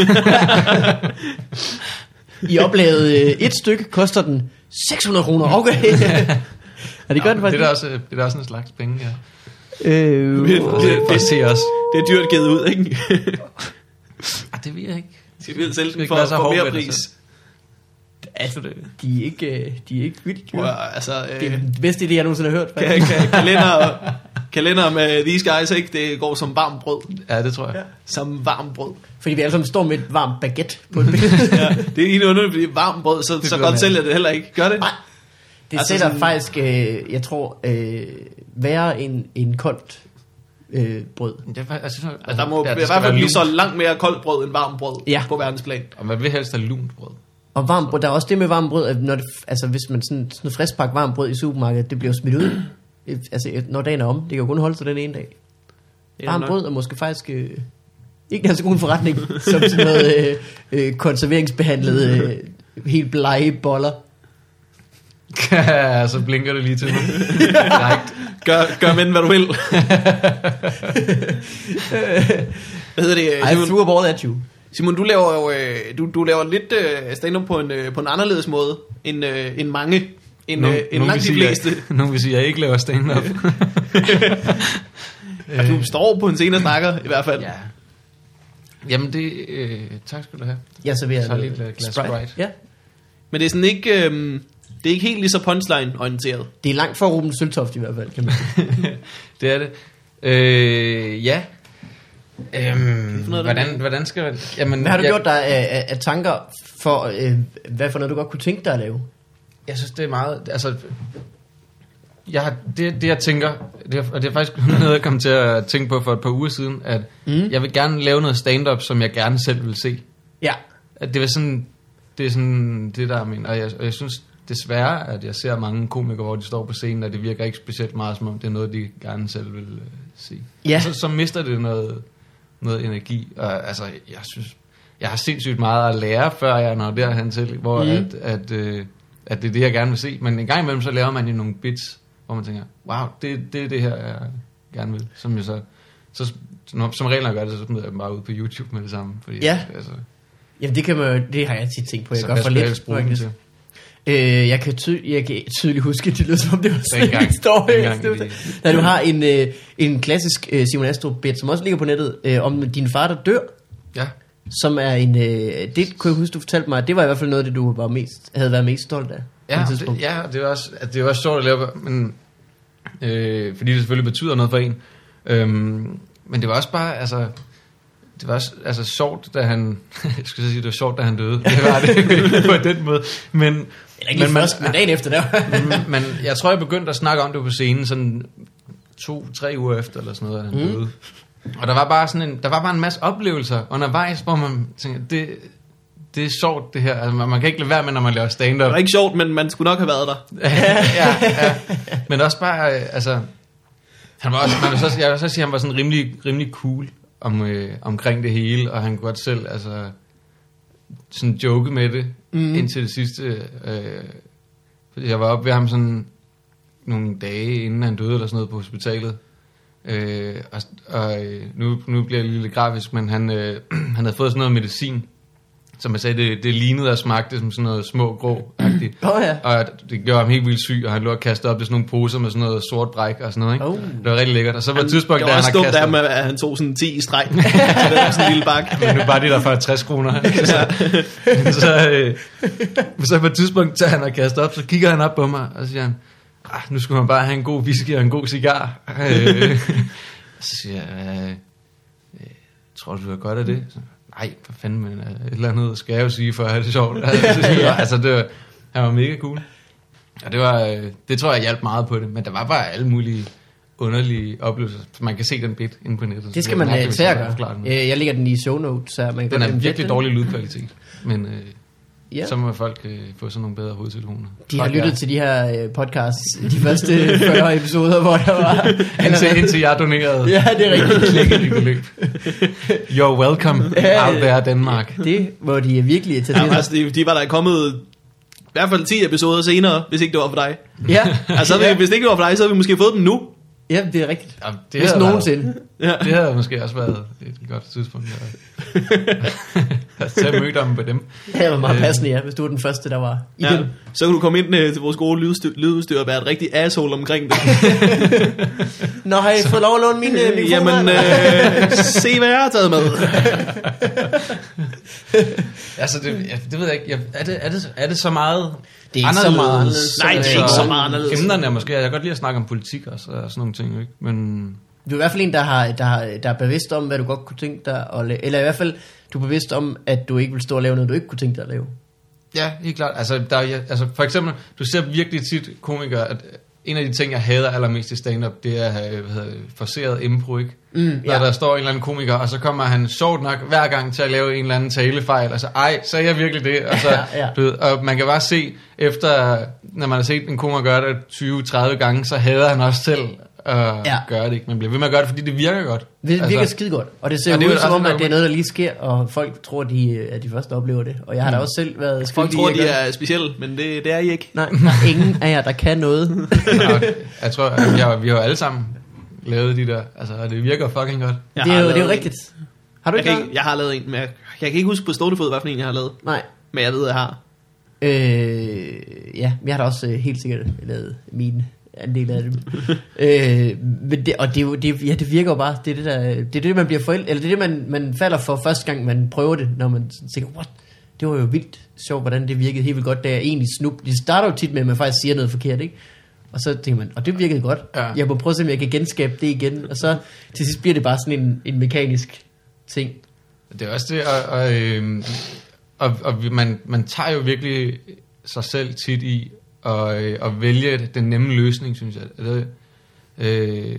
S1: I oplaget øh, et stykke koster den seks hundrede kroner. Okay. Er det
S2: ja,
S1: godt,
S2: det er også det er også en slags penge, ja.
S1: Øh,
S3: det, det, det, det,
S2: se os.
S3: det er dyrt givet ud, ikke?
S2: ah, det ved jeg ikke.
S3: De vil sælge den for, for mere pris.
S1: Altså, de er ikke, de er ikke vildt dyre.
S3: Ja, altså, øh,
S1: det er den bedste idé, jeg nogensinde har hørt.
S3: Kan, kan, kalender, kalender med these guys, ikke? Det går som varmt brød.
S2: Ja, det tror jeg.
S3: Ja, som varmt brød.
S1: Fordi vi alle sammen står med et varmt baguette på et billede.
S3: Ja, det er egentlig underligt, fordi varmt brød, så, så godt sælger det heller ikke. Gør det?
S1: Nej. Det altså sætter sådan, faktisk, øh, jeg tror, øh, værre end en koldt øh, brød.
S2: Det er, altså,
S3: altså, altså, der må ja, i hvert fald blive så langt mere koldt brød end varmt brød ja. På verdensplan.
S2: Og man vil helst have lunt brød.
S1: Og varmt brød, der er også det med varmt brød, at når det, altså hvis man sådan, sådan en friskpakket varmt brød i supermarkedet, det bliver smidt ud, altså når dagen er om, det kan jo kun holde sig den ene dag. Varmt brød er måske faktisk øh, ikke en så god forretning, som sådan noget øh, øh, konserveringsbehandlet, øh, helt blege boller.
S2: Ja, så blinker det lige til mig. Direkt.
S3: Gør, gør med den, hvad du vil. Hvad hedder det?
S1: I threw a ball at you.
S3: Simon, du laver jo øh, du, du laver lidt øh, stand-up på en, øh, på en anderledes måde end, øh, end mange, end, øh, end langt de fleste.
S2: Nogen vil sige, at jeg ikke laver stand-up.
S3: Ja, du står på en scene og snakker i hvert fald.
S2: Ja. Jamen det, øh, tak skal du have.
S1: Jeg serverer
S2: Så lidt glas Sprite. Sprite.
S1: Ja.
S3: Men det er sådan ikke, øh, det er ikke helt lige så punchline-orienteret.
S1: Det er langt fra Ruben Søltoft i hvert fald, kan man sige.
S2: Det er det. Øh, ja. Øhm,
S3: noget,
S2: hvordan, hvordan skal man... Jamen,
S1: Hvad har du
S2: jeg,
S1: gjort dig af, af, af tanker for, øh, hvad for noget du godt kunne tænke dig at lave?
S2: Jeg synes, det er meget... Altså, jeg har, det, det jeg tænker, det er, og det er faktisk noget, jeg kom til at tænke på for et par uger siden, at mm. jeg vil gerne lave noget stand-up, som jeg gerne selv vil se.
S1: Ja.
S2: At det er sådan, det er sådan det, der er min... Og jeg, og jeg synes desværre, at jeg ser mange komikere, hvor de står på scenen, og det virker ikke specielt meget, som om det er noget, de gerne selv vil uh, se.
S1: Ja.
S2: Så, så mister det noget... noget energi, og altså, jeg synes, jeg har sindssygt meget at lære, før jeg når derhen til, hvor mm. at, at, øh, at det er det, jeg gerne vil se, men en gang imellem, så laver man jo nogle bits, hvor man tænker, wow, det, det er det her, jeg gerne vil, som jeg så, så når, som regel, når jeg gør det, så smider jeg dem bare ud på YouTube med det samme, fordi,
S1: ja.
S2: altså,
S1: Jamen det kan man jo, det har jeg tit tænkt på, jeg gør for lidt,
S2: faktisk.
S1: Øh, jeg, kan ty- jeg kan tydeligt huske, at det lyder som om det var sådan en historie. Da du har en, øh, en klassisk øh, Simon Astrup-bit, som også ligger på nettet, øh, om din far, der dør.
S2: Ja.
S1: Som er en... Øh, det kunne jeg huske, du fortalte mig, at det var i hvert fald noget, det du var mest, havde været mest stolt af.
S2: Ja, det, ja det, er også, at det er også sjovt at lave, men, øh, fordi det selvfølgelig betyder noget for en. Øhm, men det var også bare, altså... Det var også, altså sjovt, da han... Jeg skulle sige, det var sjovt, da han døde. Det var det på den måde. Men,
S1: Eller ikke men, man, først, men dagen efter der.
S2: men jeg tror, jeg begyndte at snakke om det på scenen sådan to, tre uger efter, eller sådan noget, at han mm. døde. Og der var bare sådan en, der var bare en masse oplevelser undervejs, hvor man tænker, det, det er sjovt det her. Altså, man, man kan ikke lade være med, når man laver stand-up.
S3: Det var ikke sjovt, men man skulle nok have været der.
S2: ja, ja. Men også bare, altså... Han var også, man vil så, jeg vil så sige, at han var sådan rimelig, rimelig cool om, øh, omkring det hele, og han kunne godt selv, altså... sådan joke med det, mm. indtil det sidste. Øh, fordi jeg var oppe ved ham sådan nogle dage, inden han døde, eller sådan noget på hospitalet. Øh, og og nu, nu bliver jeg lidt grafisk, men han, øh, han havde fået sådan noget medicin, som jeg sagde, det, det lignede og smagte som sådan noget små grå-agtigt.
S1: Oh, ja.
S2: Og det gjorde ham helt vildt syg, og han lå og kastede op i sådan nogle poser med sådan noget sort bræk og sådan noget. Ikke? Oh. Det var rigtig lækkert. Og så var et tidspunkt,
S3: da han har kastet... Det var også dumt,
S2: at
S3: han tog sådan ti i streg. Det var sådan en lille bak.
S2: Men nu bare det der for tres kroner. så, så, øh, så på et tidspunkt, da han har kastet op, så kigger han op på mig, og så siger han, ah, nu skulle man bare have en god whisky og en god cigar. øh, så siger jeg, øh, øh, tror du, du har godt af det? Så, nej, for fanden, men et eller andet skal jeg jo sige, for at have det sjovt. Altså, det var, han var mega cool. Og det var, det tror jeg hjalp meget på det, men der var bare alle mulige underlige oplevelser. Man kan se den bit inde på nettet.
S1: Det skal man have til at gøre. Jeg lægger den i show notes. Så man
S2: den er virkelig dårlig lydkvalitet, men øh,
S1: ja.
S2: Så må folk øh, få sådan nogle bedre hovedtelefoner.
S1: De har lyttet til de her øh, podcasts, de første fyrre episoder, hvor der var...
S2: indtil, indtil jeg donerede.
S1: Ja, det er rigtigt.
S2: Klikket i beløb. You're welcome out there, Danmark.
S1: Det må de virkelig tage
S3: til. Ja, altså, de, de var der kommet i hvert fald ti episoder senere, hvis ikke det var for dig.
S1: Ja.
S3: Altså, ja. Hvis det ikke var for dig, så havde vi måske fået dem nu.
S1: Ja, det er rigtigt.
S2: Ja,
S1: det hvis nogensinde.
S2: Ja. Det havde måske også været et godt tidspunkt at tage møde dem på dem.
S1: Det var meget passende, ja, hvis du var den første, der var i
S3: ja.
S1: dem.
S3: Så kan du komme ind uh, til vores gode lydudstyr, lydudstyr og være et rigtig asshole omkring det.
S1: Nå, har I fået lov at låne min uh, mikrofon?
S3: Jamen, uh, se hvad jeg har taget med.
S2: Altså, det, ja, det ved jeg ikke. Jeg, er, det, er, det, er det så meget...
S1: Det er ikke så meget anderledes.
S3: Nej, det er ikke så meget anderledes.
S2: Emnerne er måske... Jeg kan godt lide at snakke om politik også, og sådan nogle ting, ikke? Men...
S1: Du er i hvert fald en, der, har, der, har, der er bevidst om, hvad du godt kunne tænke dig at lave. Eller i hvert fald, du er bevidst om, at du ikke vil stå og lave noget, du ikke kunne tænke dig at lave.
S2: Ja, helt klart. Altså, der er, altså for eksempel, du ser virkelig tit komikere, at, en af de ting, jeg hader allermest i stand-up, det er at have hvad hedder det, forceret impro, ikke?
S1: Mm,
S2: Når
S1: ja.
S2: der står en eller anden komiker, og så kommer han sjovt nok hver gang til at lave en eller anden talefejl, altså ej, sagde jeg virkelig det? Og, så,
S1: Ja, ja.
S2: du ved, og man kan bare se, efter, når man har set en komiker gøre det tyve tredive gange, så hader han også selv at
S1: Ja.
S2: gøre det, ikke? Man bliver ved med at gøre det, fordi det virker godt.
S1: Det virker
S2: Altså,
S1: skide godt, og det ser
S2: og det er
S1: ud
S2: jo
S1: som
S2: også
S1: om,
S2: noget,
S1: at det er noget, der lige sker, og folk tror, de, at de først oplever det. Og jeg har da også selv været
S3: Folk
S1: skyldig
S3: tror,
S1: i at
S3: de
S1: gøre
S3: er specielle, men det, det er I ikke.
S1: Nej, der er ingen af jer, der kan noget.
S2: og jeg tror, at vi har, vi har jo alle sammen lavet de der, altså, og det virker fucking godt.
S3: Jeg
S1: Det er,
S3: har
S1: jo, det er jo
S3: lavet
S1: rigtigt. Har du
S3: Jeg,
S1: ikke
S3: kan ikke, jeg har lavet en, men jeg, jeg kan ikke huske på stående fod, hvad for en jeg har lavet.
S1: Nej.
S3: Men jeg ved, at jeg har.
S1: Øh, ja, jeg har da også øh, helt sikkert lavet min andel af dem. øh, men det, og det, er jo- det, ja, det virker jo bare. Det er det, der, det, er det man bliver forældet, eller det er det, man, man falder for første gang, man prøver det, når man sådan tænker, what? Det var jo vildt sjovt, hvordan det virkede helt vildt godt, da jeg egentlig snup. Det starter jo tit med, at man faktisk siger noget forkert, ikke? Og så tænker man, og det virkede godt.
S2: Ja.
S1: Jeg må prøve at se, om jeg kan genskabe det igen. Og så til sidst bliver det bare sådan en, en mekanisk ting.
S2: Det er også det, og, og, øhm, og, og man, man tager jo virkelig sig selv tit i at, øh, at vælge den nemme løsning, synes jeg. Det, øh,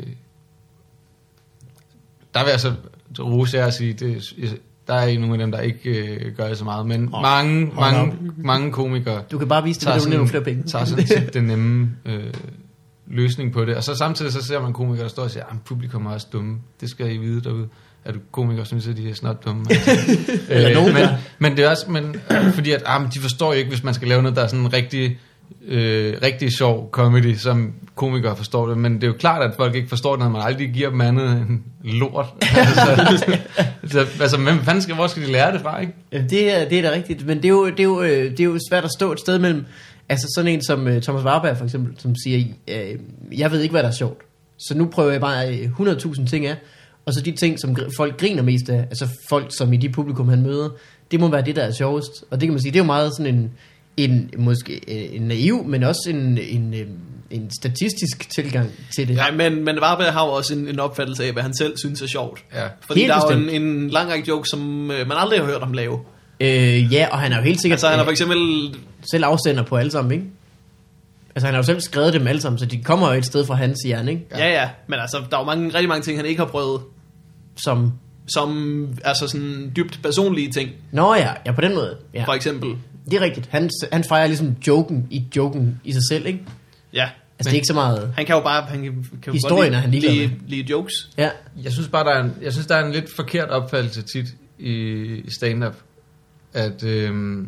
S2: der vil jeg så rose jer at sige, det, der er nogle af dem, der ikke øh, gør det så meget, men
S3: Oh,
S2: mange,
S1: hold
S2: mange,
S1: op.
S2: mange komikere
S1: Du kan bare vise det,
S2: tager
S1: at du
S2: sådan,
S1: nogle flere penge.
S2: tager sådan set den nemme øh, løsning på det. Og så samtidig så ser man komikere, der står og siger, at publikum er også dumme. Det skal I vide derude. Er du komiker, synes jeg, de er snart dumme.
S1: Eller
S2: Øh,
S1: nogen,
S2: men,
S1: der.
S2: men det er også, men, fordi at, ah, men de forstår jo ikke, hvis man skal lave noget, der er sådan en rigtig, øh, rigtig sjov comedy, som komikere forstår det. Men det er jo klart, at folk ikke forstår det, når man aldrig giver dem andet end lort. altså, så, altså, hvem fanden skal, hvor skal de lære det fra, ikke?
S1: Ja, det er, det er da rigtigt, men det er, jo, det, er jo, øh, det er jo svært at stå et sted mellem, altså sådan en som uh, Thomas Warberg for eksempel, som siger, øh, jeg ved ikke, hvad der er sjovt, så nu prøver jeg bare hundrede tusind ting af, og så de ting, som gr- folk griner mest af, altså folk, som i de publikum, han møder, det må være det, der er sjovest, og det kan man sige, det er jo meget sådan en, en måske en naiv, men også en, en, en, en statistisk tilgang til det.
S3: Nej, men, men Warberg har jo også en, en opfattelse af, hvad han selv synes er sjovt.
S2: Ja.
S3: Fordi
S1: Helt
S3: der er jo en,
S1: bestemt.
S3: en lang række jokes, som øh, man aldrig har hørt ham lave.
S1: Øh, ja, og han er jo helt sikkert
S3: Altså han har for
S1: øh,
S3: eksempel...
S1: selv afsender på alle sammen, ikke? Altså han har jo selv skrevet dem alle sammen, så de kommer jo et sted fra hans hjerne, ikke?
S3: Ja, ja, men altså der er jo mange, rigtig mange ting, han ikke har prøvet,
S1: Som,
S3: som altså sådan dybt personlige ting,
S1: nå ja, ja på den måde, ja.
S3: for eksempel.
S1: Det er rigtigt. Han, han fejrer ligesom joken i joken i sig selv, ikke?
S3: Ja,
S1: Altså det er ikke så meget...
S3: han kan jo bare... Han kan, kan jo
S1: Historien
S3: godt
S1: er han ligeglad
S3: lide, lide jokes.
S1: Ja,
S2: Jeg synes bare, der er en, jeg synes, der er en lidt forkert opfattelse tit i, i stand-up, at, øhm,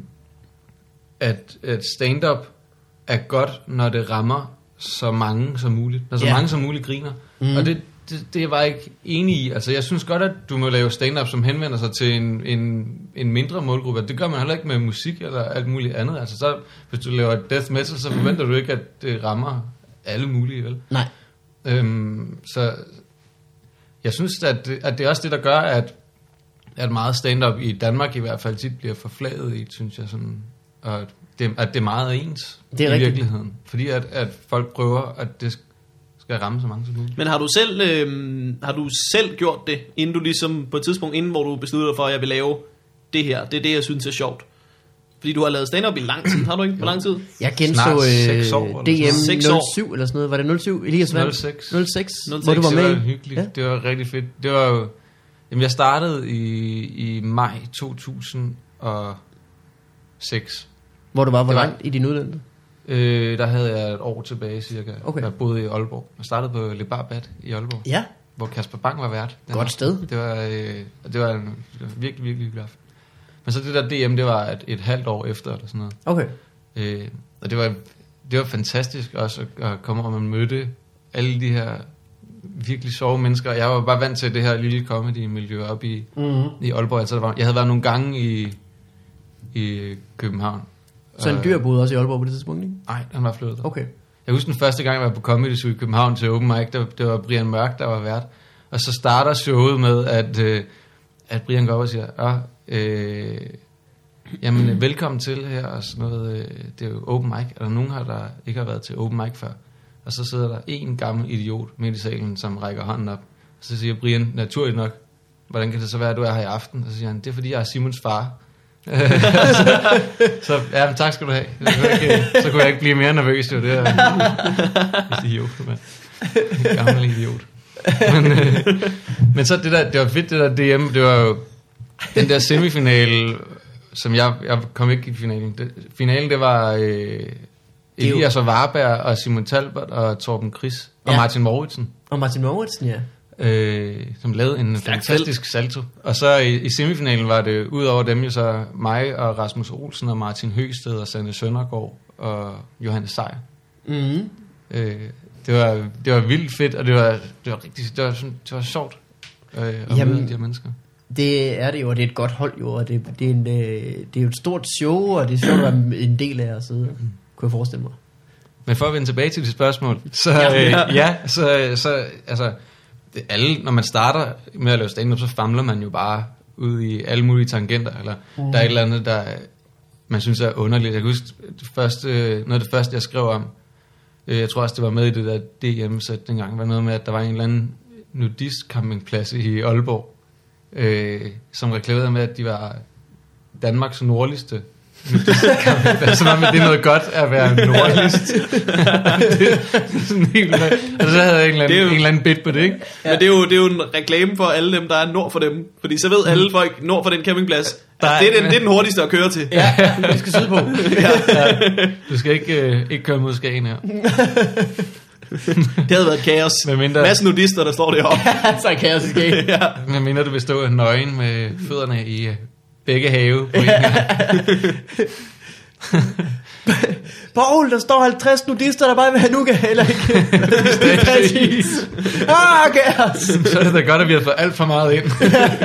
S2: at, at stand-up er godt, når det rammer så mange som muligt. Når så
S1: Ja.
S2: mange som muligt griner.
S1: Mhm.
S2: Og det, det, det er jeg bare ikke enig i. Altså, jeg synes godt, at du må lave stand-up, som henvender sig til en, en, en mindre målgruppe. Det gør man heller ikke med musik eller alt muligt andet. Altså, så, hvis du laver death metal, så forventer du ikke, at det rammer alle mulige, vel?
S1: nej.
S2: Øhm, så jeg synes, at det, at det er også det, der gør, at, at meget stand-up i Danmark i hvert fald tit bliver forflaget i, synes jeg, sådan, og at det, at det er meget ens
S1: Det er
S2: i
S1: rigtigt.
S2: virkeligheden. Fordi at, at folk prøver, at det skal ramme så mange som muligt.
S3: Men har du selv øh, har du selv gjort det, inden du ligesom på et tidspunkt, inden hvor du besluttede dig for, at jeg vil lave det her, det er det, jeg synes er sjovt? Fordi du har lavet stand-up i lang tid, har du ikke? Hvor lang tid?
S1: Jeg genså
S2: Snart
S1: øh,
S2: seks år, eller
S1: D M
S3: sådan. Seks år.
S1: nul syv eller sådan noget. Var det nul syv? Elias Vand?
S2: nul seks.
S1: nul seks,
S3: nul
S1: hvor du
S3: seks,
S1: var med
S2: Det var
S1: i.
S2: hyggeligt.
S1: Ja.
S2: Ja. Det var rigtig fedt. Det var jo, jamen jeg startede i, i maj to tusind og seks.
S1: Hvor du var, hvor
S2: Det var-
S1: langt i din uddannelse?
S2: Øh, der havde jeg et år tilbage cirka.
S1: Okay.
S2: Jeg boede i Aalborg. Jeg startede på Le Bar Bat i Aalborg,
S1: Ja,
S2: hvor Kasper Bang var vært. Den
S1: godt
S2: aften.
S1: sted.
S2: Det var, øh, det var en det var virkelig, virkelig hyggelig aften. Men så det der D M, det var et, et halvt år efter, eller sådan noget.
S1: Okay.
S2: Øh, og det var, det var fantastisk også at, at komme, og man mødte alle de her virkelig sjove mennesker. Jeg var bare vant til det her lille comedy-miljø op i,
S1: Mm-hmm.
S2: i Aalborg. Altså, der var, jeg havde været nogle gange i, i København.
S1: Så en
S2: Og-
S1: dyr boede også i Aalborg på det tidspunkt, ikke?
S2: Nej, han var flyttet.
S1: Okay.
S2: Jeg husker den første gang, jeg var på Comedy Zoo i København til Open Mic, der, det var Brian Mørk, der var vært. Og så starter showet med, at, øh, at Brian går op og siger, ah, øh, jamen velkommen til her, og sådan noget, øh, det er jo Open Mic. Er der nogen her, der ikke har været til Open Mic før? Og så sidder der en gammel idiot midt i salen, som rækker hånden op. Og så siger Brian, naturligt nok, hvordan kan det så være, at du er her i aften? Og så siger han, det er fordi, jeg er Simons far. så, så ja, men tak skal du have. Så kunne jeg ikke, så kunne jeg ikke blive mere nervøs. Jo. Det er en idiot, mand. En gammel idiot. Men, øh, men så det der, det var fedt, det der D M, det var jo den der semifinale, som jeg, jeg kom ikke i finalen. Det, finalen, det var øh, Elias og Varberg og Simon Talbot og Torben Chris og
S1: Ja.
S2: Martin Mouritsen.
S1: Og Martin Mouritsen, ja.
S2: Øh, som lavede en
S3: Stærk
S2: fantastisk salto. Og så i, i semifinalen var det ud over dem jo så mig og Rasmus Olsen og Martin Høgsted og Sanne Søndergaard og Johannes Sejer.
S1: Mm.
S2: Øh, det var det var vildt fedt, og det var det var rigtig det var sådan, det var sjovt øh, at
S1: Jamen,
S2: møde de her mennesker.
S1: Det er det jo, og det er et godt hold jo, og det, det, er, en, øh, det er jo et stort show, og det er sjovt at være en del af at sidde, kunne jeg forestille mig.
S2: Men for at vende tilbage til dit spørgsmål, så
S1: Ja.
S2: øh, ja, så så altså det, alle når man starter med at lave stand-up, så famler man jo bare ud i alle mulige tangenter, eller mm. der er et eller andet der man synes er underligt. Jeg kan huske det første, noget af det første jeg skrev om. Jeg tror også, det var med i det der D M-sæt dengang. Det var noget med, at der var en eller anden nudist-campingplads i Aalborg, øh, som reklamerede med, at de var Danmarks nordligste nudist-campingplads. Som om, det er noget godt at være nordligst. det er sådan helt... Altså, der havde jeg en eller anden,
S3: jo,
S2: en eller anden bit på det, ikke?
S3: Ja. Men det er, jo, det er jo en reklame for alle dem, der er nord for dem. Fordi så ved alle folk nord for den campingplads,
S2: Der er-
S3: at det er den, det er den hurtigste at køre til.
S1: Ja, vi skal syde på.
S2: Ja. Du skal ikke, øh, ikke køre mod Skagen her.
S3: Det havde været kaos.
S2: Med mindre-
S3: Masse nudister, der står deroppe.
S1: Så er kaos i ske.
S3: Ja.
S2: Jeg mener, du vil stå nøgen med fødderne i øh, begge have. På en gang.
S1: Paul, der står halvtreds nudister, der bare vil have nuka, eller ikke? Præcis. Ah, kaos.
S2: Så er det da godt, at vi har fået alt for meget ind.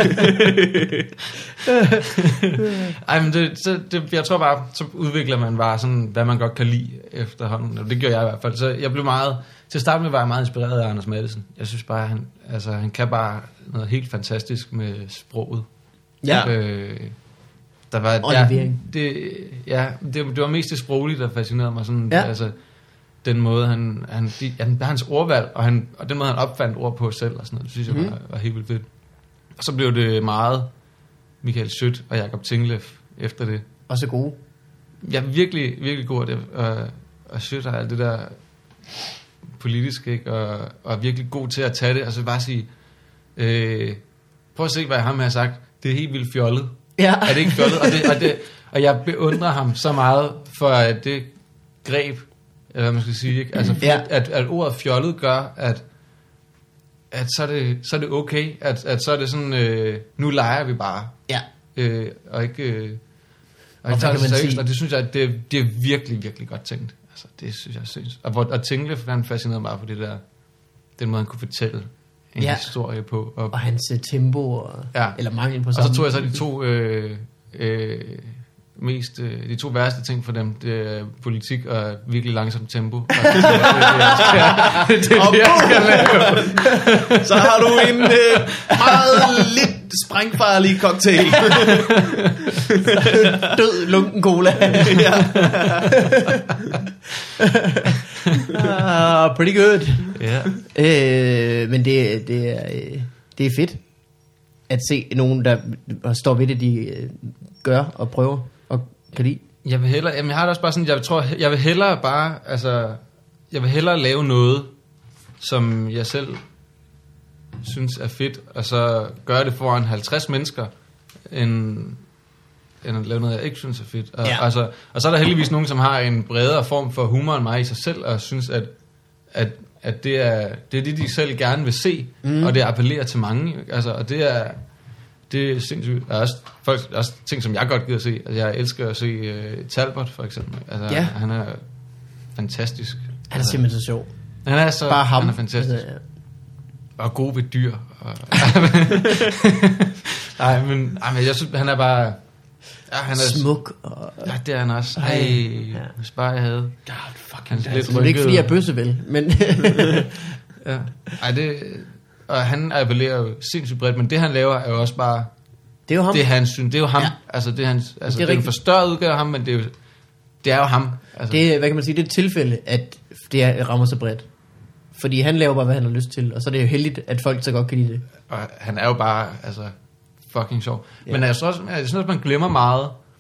S2: Ej, men det, så, det, jeg tror bare, så udvikler man bare sådan, hvad man godt kan lide efterhånden. Og det gjorde jeg i hvert fald. Så jeg blev meget, til at starte med var jeg meget inspireret af Anders Matthesen. Jeg synes bare, han, altså, han kan bare noget helt fantastisk med sproget.
S1: Ja.
S2: Øh, der var,
S1: Og
S2: ja,
S1: levering.
S2: det, ja, det, det var mest det sproglige, der fascinerede mig. Sådan,
S1: Ja.
S2: altså, den måde, han, han, de, han, hans ordvalg, og, han, og den måde, han opfandt ord på selv, og sådan noget, det synes jeg
S1: Mhm.
S2: var, var helt vildt fedt. Og så blev det meget Michael Schødt og Jakob Tingleff efter det.
S1: Og så gode.
S2: Jeg er virkelig, virkelig god af det, og, og Schødt har alt det der politiske, ikke? Og, og er virkelig god til at tage det, og så bare sige, øh, prøv at se, hvad ham har sagt, det er helt vildt fjollet.
S1: Ja.
S2: Er det ikke fjollet? Og, det, og, det, og jeg beundrer ham så meget for at det greb, eller hvad man skal sige, ikke? Altså,
S1: Ja.
S2: at, at ordet fjollet gør, at, at så, er det, så er det okay, at, at så er det sådan, øh, nu leger vi bare,
S1: Ja.
S2: øh, og ikke, øh, og
S1: Og
S2: ikke
S1: hvad
S2: tager
S1: kan
S2: det
S1: man
S2: seriøst,
S1: sige?
S2: og det synes jeg, det, er- det er virkelig, virkelig godt tænkt. Altså, det synes jeg synes. Og, hvor- og Tingleff, han fascinerede mig for det der, den måde, han kunne fortælle en
S1: Ja.
S2: historie på. Og,
S1: Og hans øh, tempo, og,
S2: Ja.
S1: eller mangel på
S2: og
S1: samme.
S2: så tog jeg så de to øh, øh, mest, øh, de to værste ting for dem, det er politik og virkelig langsomt tempo. Og det, det, det, det, det, det,
S3: Og
S2: det, jeg skal lave.
S3: Så har du en øh, meget lidt sprængfarlig cocktail.
S1: Død lunken cola.
S3: Ja.
S1: ah, pretty good.
S2: Ja.
S1: Øh, men det, det, er, øh, det er fedt at se nogen, der står ved det, de øh, gør og prøver og kan lide.
S2: Jeg vil hellere, jamen jeg har det også bare sådan, jeg tror, jeg vil hellere bare, altså, jeg vil hellere lave noget, som jeg selv synes er fedt, og så gøre det foran halvtreds mennesker, end, end at lave noget, jeg ikke synes er fedt. Og,
S1: Ja.
S2: altså, og så er der heldigvis nogen, som har en bredere form for humor end mig i sig selv, og synes, at, at, at det, er, det er det, de selv gerne vil se, mm. og det appellerer til mange. Ikke? Altså, og det er, det er sindssygt. Der er også, folk, også ting, som jeg godt gider at se. Altså, jeg elsker at se uh, Talbot, for eksempel. Altså,
S1: Ja.
S2: Han er fantastisk.
S1: Han er simpelthen så sjov.
S2: Han er så
S1: Bare ham.
S2: Han er fantastisk.
S1: Altså, ja.
S2: Og god ved dyr. Og, Ej, men, ej, men jeg synes, han er bare... Ja, han er,
S1: Smuk. Og,
S2: ja, det er han også.
S1: Ej,
S2: Ej,
S1: ja.
S2: hvis bare jeg havde...
S3: God fucking
S2: Han er lidt
S1: altså, det er ikke fordi, jeg er bøsse, vel? Men
S2: Ja. Ej, det... Og han appellerer jo sindssygt bredt, men det han laver er jo også bare...
S1: det er jo ham.
S2: Det er hans syn. Det er jo ham.
S1: Ja.
S2: Ja. Altså, det er, hans, altså,
S1: Det er
S2: det er en
S1: rigtigt.
S2: forstørret udgave af ham, men det er jo, det er jo ham. Altså,
S1: Det er, hvad kan man sige, det er et tilfælde, at det er, rammer så bredt. Fordi han laver bare, hvad han har lyst til, og så er det jo heldigt, at folk så godt kan lide det.
S2: Og han er jo bare, altså, fucking sjov.
S1: Ja.
S2: Men jeg synes også, jeg synes også, man glemmer meget,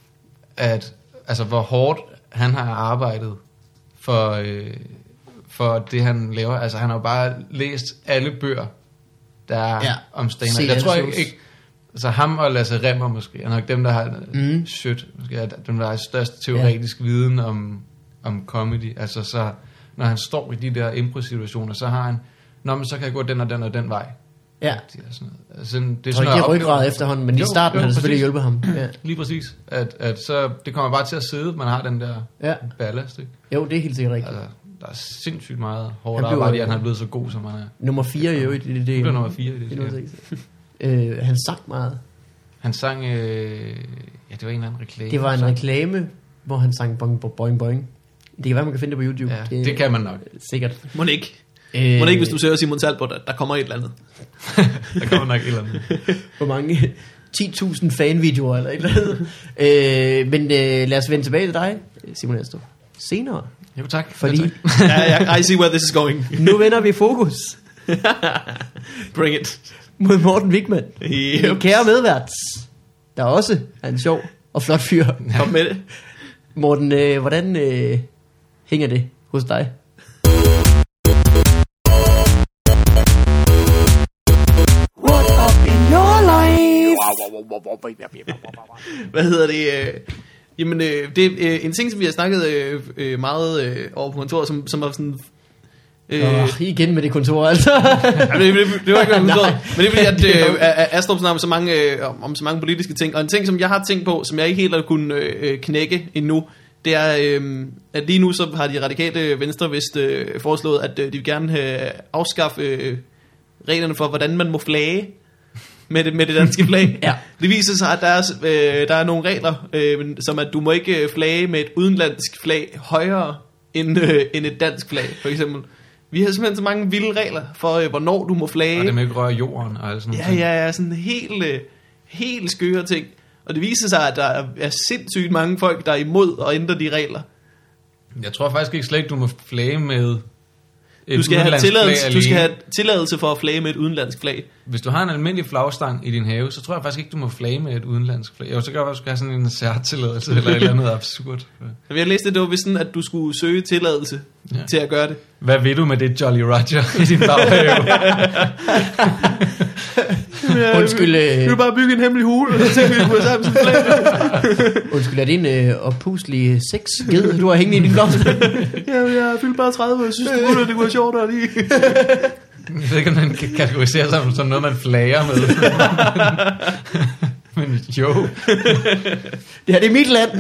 S2: at altså hvor hårdt han har arbejdet for øh, for det han laver. Altså han har jo bare læst alle bøger der er
S1: ja.
S2: om Steinhardt. Jeg tror ikke, ikke altså ham og Lasse Rimmer måske er nok dem der har mm. shit, måske er dem der har størst teoretisk ja. viden om om comedy. Altså så når han står i de der impro-situationer, så har han, nå, men så kan jeg gå den og den og den vej.
S1: Ja.
S2: Det er sådan, altså, det er
S1: jeg
S2: sådan
S1: tror ikke, jeg ryggrad efterhånden, men jo, i starten jo, har det selvfølgelig hjulpet ham. Ja.
S2: Lige præcis. At, at så, det kommer bare til at sidde, man har den der ja. ballast, ikke?
S1: Jo, det er helt sikkert rigtigt.
S2: Altså, der er sindssygt meget hårdt arbejde i, at han er blevet så god, som han er.
S1: Nummer fire i øvrigt i det.
S2: Det er nummer fire i det.
S1: det, det øh, han sang meget.
S2: Han sang, øh, ja, det var en eller anden reklame.
S1: Det var en reklame, hvor han sang boing, boing, boing. Det kan være, man kan finde det på YouTube.
S2: Ja, det, det kan man nok.
S1: Sikkert.
S3: Må det ikke? Øh, Må det ikke, hvis du søger Simon Talbot, der kommer et eller andet?
S2: Der kommer nok et eller andet.
S1: Hvor mange? ti tusind fanvideoer eller et eller andet. øh, men øh, lad os vende tilbage til dig, Simon Astrup. Senere.
S2: Jo, tak.
S1: Fordi
S2: ja, tak.
S3: ja, I see where this is going.
S1: Nu vender vi fokus.
S3: Bring it.
S1: Mod Morten Wigman.
S3: Yep.
S1: Kære medvært, der også er en sjov og flot fyr.
S3: Kom med det.
S1: Morten, øh, hvordan øh, hænger det hos dig?
S3: Hvad hedder det? Øh, jamen, øh, det er øh, en ting, som vi har snakket øh, øh, meget øh, over på kontoret, som, som var sådan...
S1: Øh, oh, igen med det kontor, altså.
S3: ja, det, det, det var ikke noget kontor, men det er fordi, at øh, Astrup snakker om så, mange, øh, om så mange politiske ting, og en ting, som jeg har tænkt på, som jeg ikke helt har kunnet øh, knække endnu, det er, øh, at lige nu så har de radikale venstre vist øh, foreslået, at øh, de vil gerne have afskaffe øh, reglerne for, hvordan man må flage med det, med det danske flag.
S1: Ja.
S3: Det viser sig, at der er, øh, der er nogle regler, øh, som at du må ikke flage med et udenlandsk flag højere end, øh, end et dansk flag, for eksempel. Vi har simpelthen så mange vilde regler for, øh, hvornår du må flage.
S2: Og det med ikke røre jorden og sådan noget.
S3: Ja, ja, ja, sådan helt, øh, helt skøre ting. Og det viser sig, at der er sindssygt mange folk, der er imod at ændre de regler.
S2: Jeg tror faktisk ikke slet ikke, du må flage med et
S3: du skal, have tilladelse, du skal
S2: alene.
S3: have tilladelse for at flage med et udenlandsk flag.
S2: Hvis du har en almindelig flagstang i din have, så tror jeg faktisk ikke, du må flage med et udenlandsk flag. Jo, så kan jeg også have sådan en særtilladelse eller et eller andet absurd.
S3: Jeg læste, det var vist sådan, at du skulle søge tilladelse ja. til at gøre det.
S2: Hvad vil du med det Jolly Roger i din baghave?
S1: Undskyld, øh...
S3: du vil bare bygge en hemmelig hule, og så tænker vi, at du er sammen som flag.
S1: Undskyld, er det en øh, oppuslig sexged, du har hængende i din blomst?
S3: Ja, jeg er fyldt bare tredive, og jeg synes, det kunne, det kunne være sjovt at lige.
S2: Jeg ved ikke, om den kan kategorisere sig som noget, man flager med. Men jo.
S1: Det her, det er mit land.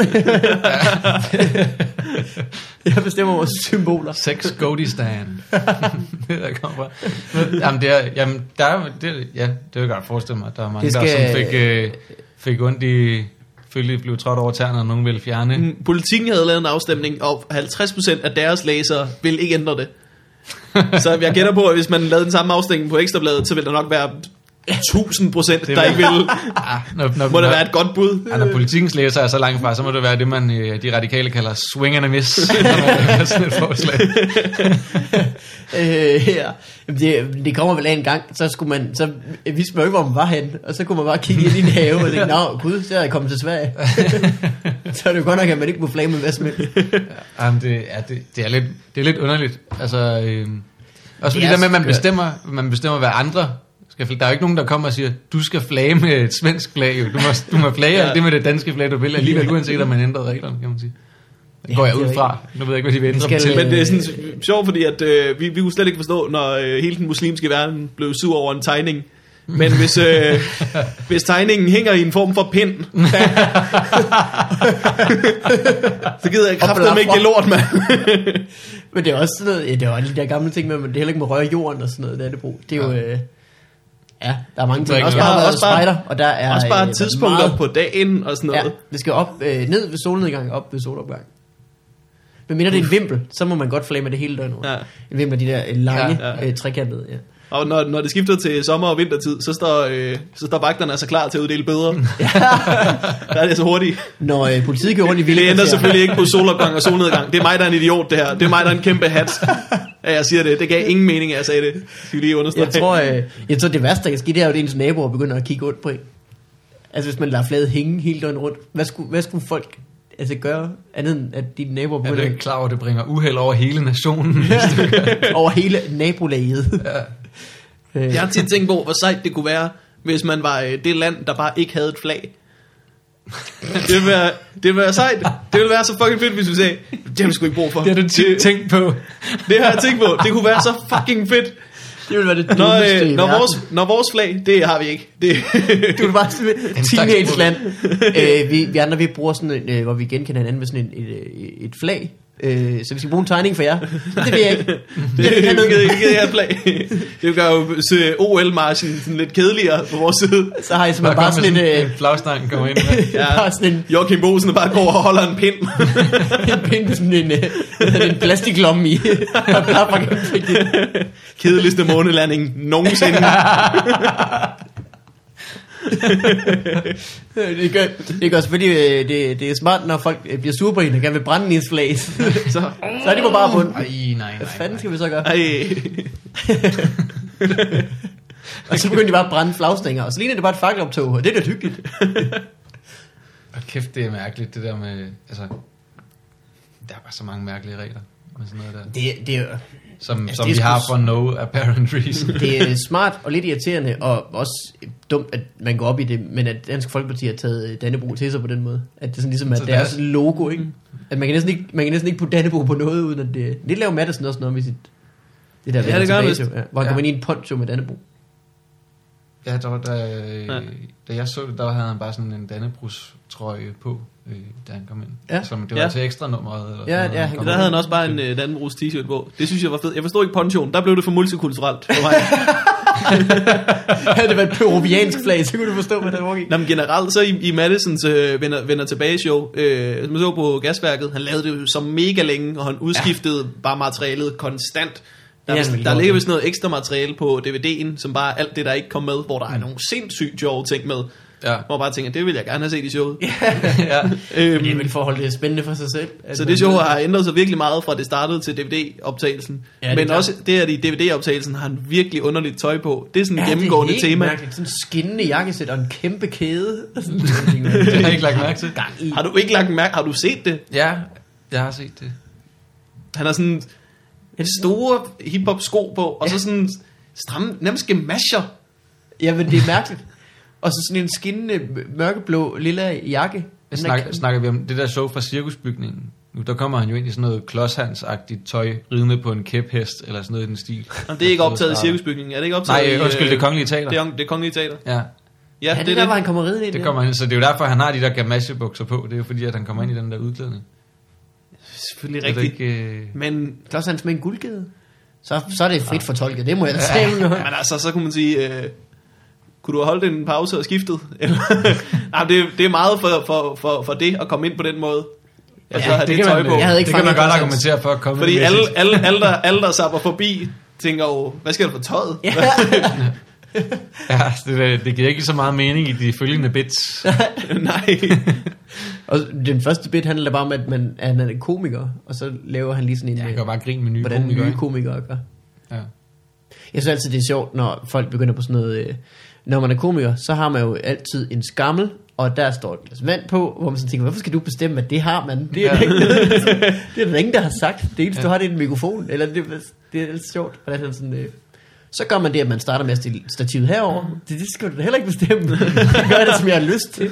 S1: Jeg bestemmer vores symboler.
S2: Sex Godistan. Det der kommer fra. Jamen, det er, jamen, der er, det, ja, det vil jeg godt forestille mig. Der er mange, skal... der som fik, øh, fik ondt i... Følte, blev trådt over tæerne, og nogen ville fjerne.
S3: Mm, Politikken havde lavet en afstemning, og halvtreds procent af deres læsere vil ikke ændre det. Så jeg gætter på, at hvis man lavede den samme afstemning på Ekstrabladet, så vil der nok være tusind procent, der ikke vil.
S2: Ah, når, når,
S3: må det være et godt bud?
S2: Ja, når politikens læser er så langt fra, så må det være det, man de radikale kalder swing and a miss. Sådan et forslag.
S1: øh, ja. det, det kommer vel af en gang, så skulle man, så vidste man jo ikke, hvor man var hen, og så kunne man bare kigge ind i en have og tænke, nå gud, så er jeg kommet til Sverige. Så er det jo godt nok, at man ikke må flage med hvad som helst.
S2: Ja, det, ja, det, det, er lidt, det er lidt underligt. Altså, øh, også fordi det der med, at man bestemmer, man bestemmer, hvad andre skal. Der er jo ikke nogen, der kommer og siger, du skal flage med et svensk flag. Du må, du må flage ja. det med det danske flag, du vil. Alligevel uanset, om man ændrer reglerne, kan man sige. Det går ja, jeg ud fra. Nu ved jeg ikke, hvad de vil ændre til.
S3: Men det er sådan sjovt, fordi at, øh, vi, vi kunne slet ikke forstå, når øh, hele den muslimske verden blev sur over en tegning. Men hvis, øh, hvis tegningen hænger i en form for pind, så gider jeg kraftedeme ikke det lort, mand.
S1: Men det er også sådan noget, ja, det er jo de der gamle ting med, at det heller ikke må røre jorden og sådan noget, det er det brug. Det er jo... Øh, ja, der er mange ting. Også bare, også bare, spider, og der er,
S3: også bare tidspunkter meget, på dagen og sådan noget. Ja,
S1: det skal op, øh, ned ved solnedgang, op ved solopgang. Men mindre det er en vimpel, så må man godt flage med det hele døgnet. Ja. En vimpel, de der lange, ja, ja. Øh, trekantede, ja.
S3: Og når, når det skifter til sommer- og vintertid, så står, øh, så står vagterne altså klar til at uddele bøder. Ja. Der er det så hurtigt.
S1: Når øh, politiet går rundt i vilde.
S3: Det ændrer selvfølgelig ikke på solopgang og solnedgang. Det er mig, der er en idiot, det her. Det er mig, der er en kæmpe hat. Ja, jeg siger det. Det gav ingen mening, at jeg sagde det. Skal vi lige understrege.
S1: Jeg tror, øh, jeg tror det værste, der kan ske, det er jo, at ens naboer begynder at kigge ondt på en. Altså hvis man lader flaget hænge hele døgnet rundt. Hvad skulle, hvad skulle folk... altså, gøre andet end, at dine naboer
S2: Jeg er
S1: begynder
S2: ikke klar over, at det bringer uheld over hele nationen.
S1: over hele nabolaget.
S2: Ja.
S1: Øh,
S3: Jeg har tit tænkt på, hvor sejt det kunne være, hvis man var øh, det land, der bare ikke havde et flag. Det ville være, det ville være sejt. Det ville være så fucking fedt, hvis vi sagde, det har vi sgu ikke brug for.
S2: Det har du tit tænkt på.
S3: Det har jeg tænkt på. Det kunne være så fucking fedt.
S1: det ville være det
S3: Når,
S1: dummeste
S3: øh,
S1: i
S3: når,
S1: verden.
S3: vores, når vores flag, det har vi ikke. Det,
S1: Du er bare sådan
S2: En
S1: et
S2: slags
S1: teenage-land. øh, vi, vi andre, vi bruger sådan en, øh, hvor vi genkender hinanden med sådan en, et, et flag. Øh, så vi skal bruge en tegning for jer. Det vil jeg ikke.
S3: det, det, det, det, det her flag. Det gør jo O L-marchen sådan lidt kedeligere på vores side.
S1: Så har I
S2: Bare,
S1: simpelthen bare sådan en...
S2: en
S1: Øh,
S2: flagstang kommer ind med.
S1: ja. Bare sådan en,
S3: Joachim Bosen bare går og holder en pind.
S1: en pind med sådan en, øh, en plastiklomme i. Og bare fra gennemsigtigt.
S3: Kedeligste månelanding nogensinde.
S1: det, gør, det gør selvfølgelig, øh, det, det er smart, når folk øh, bliver sure på en, og gerne vil brænde ens flag. Så,
S3: Så,
S1: så er de på bare bund.
S2: Ej, nej, nej.
S1: Hvad fanden skal vi så gøre?
S3: ej.
S1: Og så begynder de bare at brænde flagstænger, og så ligner det bare et fakkeloptog, og det er da hyggeligt.
S2: Og kæft, det er mærkeligt, det der med... Altså, der er bare så mange mærkelige regler med sådan noget der.
S1: Det, det, er,
S2: Som,
S1: Altså,
S2: som
S1: det er
S2: vi
S1: sgu
S2: har
S1: s-
S2: for no apparent reason.
S1: det er smart og lidt irriterende, og også dumt, at man går op i det, men at Dansk Folkeparti har taget Dannebrog til sig på den måde. At det er sådan ligesom, at
S2: Så
S1: det er
S2: deres-
S1: sådan et logo, ikke? At man kan næsten ikke, man kan næsten ikke putte Dannebrog på noget, uden at det... Det laver Madsen også noget med sit... Det der,
S3: Ja,
S1: vender
S3: det gør han
S1: tilbage
S3: vist.
S1: til, ja, hvor han
S2: Ja.
S1: kommer ind i en poncho med Dannebrog.
S2: Ja, der var, da,
S3: Ja.
S2: da jeg så det, der havde han bare sådan en Dannebrogs trøje på, øh, da han kom ind.
S1: Ja.
S2: Som det var
S3: Ja.
S2: til ekstra nummeret. Eller
S1: Ja,
S2: sådan noget,
S1: ja,
S2: han
S1: han
S2: kom
S3: Der
S2: ind.
S3: havde han også bare en uh, Dannebrogs t-shirt på. Det synes jeg var fedt. Jeg forstod ikke ponchoen. Der blev det for multikulturelt for mig.
S1: Havde det været et peruviansk flag, så kunne du forstå, hvad der var i.
S3: Nå, men generelt så i, i Madisons øh, vender, vender tilbage show, øh, som man så på Gasværket, han lavede det jo så mega længe, og han udskiftede ja. bare materialet konstant. Der,
S1: Ja,
S3: ja,
S1: han
S3: der
S1: gjorde
S3: ligger
S1: det.
S3: vist noget ekstra materiale på D V D'en, som bare er alt det, der ikke kom med, hvor der er nogle sindssygt sjove ting med.
S2: Ja.
S3: Hvor man bare tænker, det vil jeg gerne have set i showet.
S2: ja.
S3: Øhm,
S1: Det er vel forhold, det er spændende for sig selv. at
S3: så
S1: man-
S3: det show har ændret sig virkelig meget fra det startede til D V D-optagelsen.
S1: Ja,
S3: Ja,
S1: det er
S3: men
S1: klart.
S3: også det, at i D V D-optagelsen har han virkelig underligt tøj på. Det er sådan et
S1: Ja,
S3: gennemgående
S1: det er helt
S3: tema.
S1: mærkeligt. Sådan en skinnende jakkesæt og en kæmpe kæde. Og sådan,
S2: Det har jeg ikke lagt mærke til.
S1: gang i.
S3: Har du ikke lagt mærke? Har du set det?
S2: Ja, jeg har set det.
S3: Han har sådan store hiphop sko på, og så sådan stramme, nærmest gemasher.
S1: Ja, men det er mærkeligt. Og så sådan en skinnende mørkeblå lilla jakke.
S2: Jeg snak, snakker vi om det der show fra Cirkusbygningen. Nu der kommer han jo ind i sådan noget klodshandsagtigt tøj, ridende på en kæphest, eller sådan noget i den stil.
S3: Jamen, det er ikke optaget i Cirkusbygningen. Er det ikke optaget
S2: Nej,
S3: i...
S2: undskyld,
S3: øh,
S2: det Kongelige Teater.
S3: Det er, det er Kongelige Teater.
S2: Ja,
S3: Ja,
S1: Ja, det,
S3: det
S1: det
S3: er
S1: der,
S3: det.
S1: hvor han kommer ridende ind.
S2: det kommer han, så det er jo derfor, han har de der gamashebukser på. Det er jo fordi, at han kommer ind i den der udklædning.
S3: Selvfølgelig
S2: Er det
S3: rigtigt.
S2: ikke, øh...
S3: Men,
S1: Klods hans med en guldkæde. Så, så er det frit fortolket, det må jeg da sige.
S3: men altså, så kunne man sige... Øh, kunne du have holdt en pause og skiftet? Eller- Nej, det, det er meget for, for, for, for det at komme ind på den måde. Og så have det,
S2: kan
S3: tøj
S2: man,
S3: på.
S1: Jeg havde ikke
S2: det kan man
S1: fanget
S2: godt
S1: Klods
S2: argumentere for at komme
S3: Fordi
S2: med
S3: alle,
S2: sit-
S3: alle, alle, der, alle, der sapper forbi, tænker jo, hvad skal der for tøjet?
S1: Ja.
S2: Ja, det, det giver ikke så meget mening i de følgende bits.
S3: Nej.
S1: Og den første bit handler bare om, at, man, at han er en komiker, og så laver han lige sådan en...
S2: Ja, jeg
S1: øh,
S2: kan bare grine med nye
S1: hvordan
S2: komikere,
S1: nye
S2: ikke?
S1: komikere gør.
S2: Ja.
S1: Jeg synes altid, det er sjovt, når folk begynder på sådan noget... Øh, når man er komiker, så har man jo altid en skammel, og der står et glas vand på, hvor man så tænker, hvorfor skal du bestemme, at det har man? Det er,
S2: Ja.
S1: ja. det er der ingen, der har sagt. Det eneste, ja. du
S2: Ja.
S1: har, det er en mikrofon. Eller det, det er lidt sjovt, hvordan han sådan... Øh, så gør man det, at man starter med at stille stativet herover. Det, det skal du da heller ikke bestemme. Gør det, som jeg har lyst til.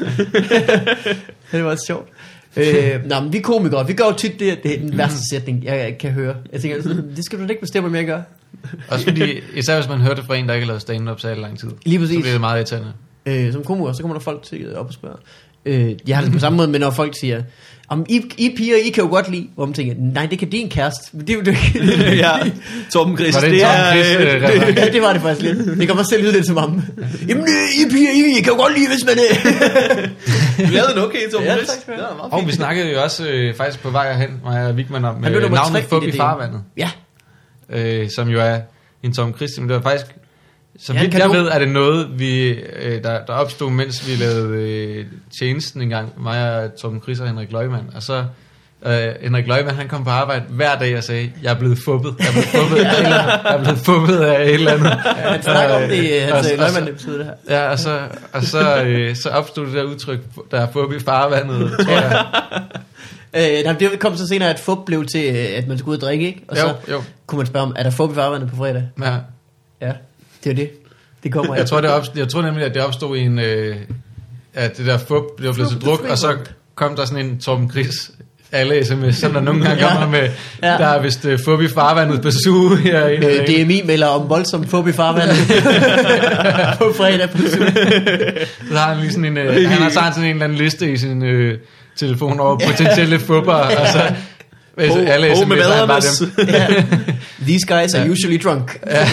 S1: Det var også sjovt. Øh, nå, men vi komikere, vi gør jo tit det, det er den værste sætning, jeg kan høre. Jeg tænker, sådan, det skal du da ikke bestemme, om jeg gør.
S2: Også fordi, især hvis man hører det fra en, der ikke har lavet stand-up så lang tid.
S1: Lige
S2: Så
S1: præcis.
S2: bliver det meget irriterende.
S1: Øh, som komiker, så kommer der folk til op og spørge. Øh, jeg har det på samme måde, men når folk siger, om I, I piger, I kan jo godt lide, hvor man tænker, nej, det kan din kæreste. Men det er jo ikke.
S3: Ja, Torben Chris.
S2: Var det en
S3: det
S2: Torben
S3: er,
S2: Chris,
S3: øh,
S2: øh, reference?
S1: Ja, det var det faktisk lidt. Det kommer selv ud lidt som ham. Jamen, øh, I piger, I, I kan jo godt lide, hvis man er...
S3: Du lavede en okay, Torben
S1: Ja,
S3: Chris.
S1: tak skal du have.
S3: Det var meget
S2: Og
S3: fint.
S2: vi snakkede jo også øh, faktisk på vej hen, mig og Vigman, om
S1: Han blev
S2: øh,
S1: nummer
S2: navnet
S1: tre
S2: Fup
S1: i
S2: i
S1: det
S2: farvandet,
S1: Ja,
S2: øh, som jo er en Tom Christi, men det var faktisk, så
S1: Ja,
S2: vidt
S1: en
S2: jeg
S1: kanon.
S2: ved, er det noget, vi, øh, der, der opstod, mens vi lavede øh, tjenesten engang, mig og Tom Chris og Henrik Løgman, og så øh, Henrik Løgman, han kom på arbejde hver dag og sagde, jeg er blevet fuppet, jeg er blevet fuppet af et eller andet, jeg er blevet fuppet af et eller andet.
S1: ja han snakker om det,
S2: Øh,
S1: hans
S2: og- og-
S1: løgmand episode det her.
S2: Ja, og så, og så, øh, så opstod det der udtryk, der er fup i farvandet, tror jeg.
S1: Øh, nej, det kom så senere, at fup blev til, øh, at man skulle ud og drikke, ikke? Og
S2: Jo,
S1: så
S2: jo.
S1: kunne man spørge om, er der fup i farvandet på fredag?
S2: Ja.
S1: Ja, det er det. Det kommer
S2: Jeg tror, det opstod, jeg tror nemlig, at det opstod i en... Øh, at det der fup blev blevet til druk, og så kom der sådan en Torben Chris alle sms, som der nogle gange kommer med,
S1: Ja.
S2: der er vist uh, fup i farvandet på suge her.
S1: Øh, D M I melder om voldsom fup i farvandet på fredag på suge.
S2: Så har han lige sådan en, øh, han har sådan en eller anden liste i sin øh, telefon over potentielle fupper, og så hvis
S3: Bo-
S2: alle
S3: Bo
S2: sms'er
S3: med
S2: er bare
S3: vadernes.
S2: dem.
S1: Ja. These guys are usually drunk. Ja.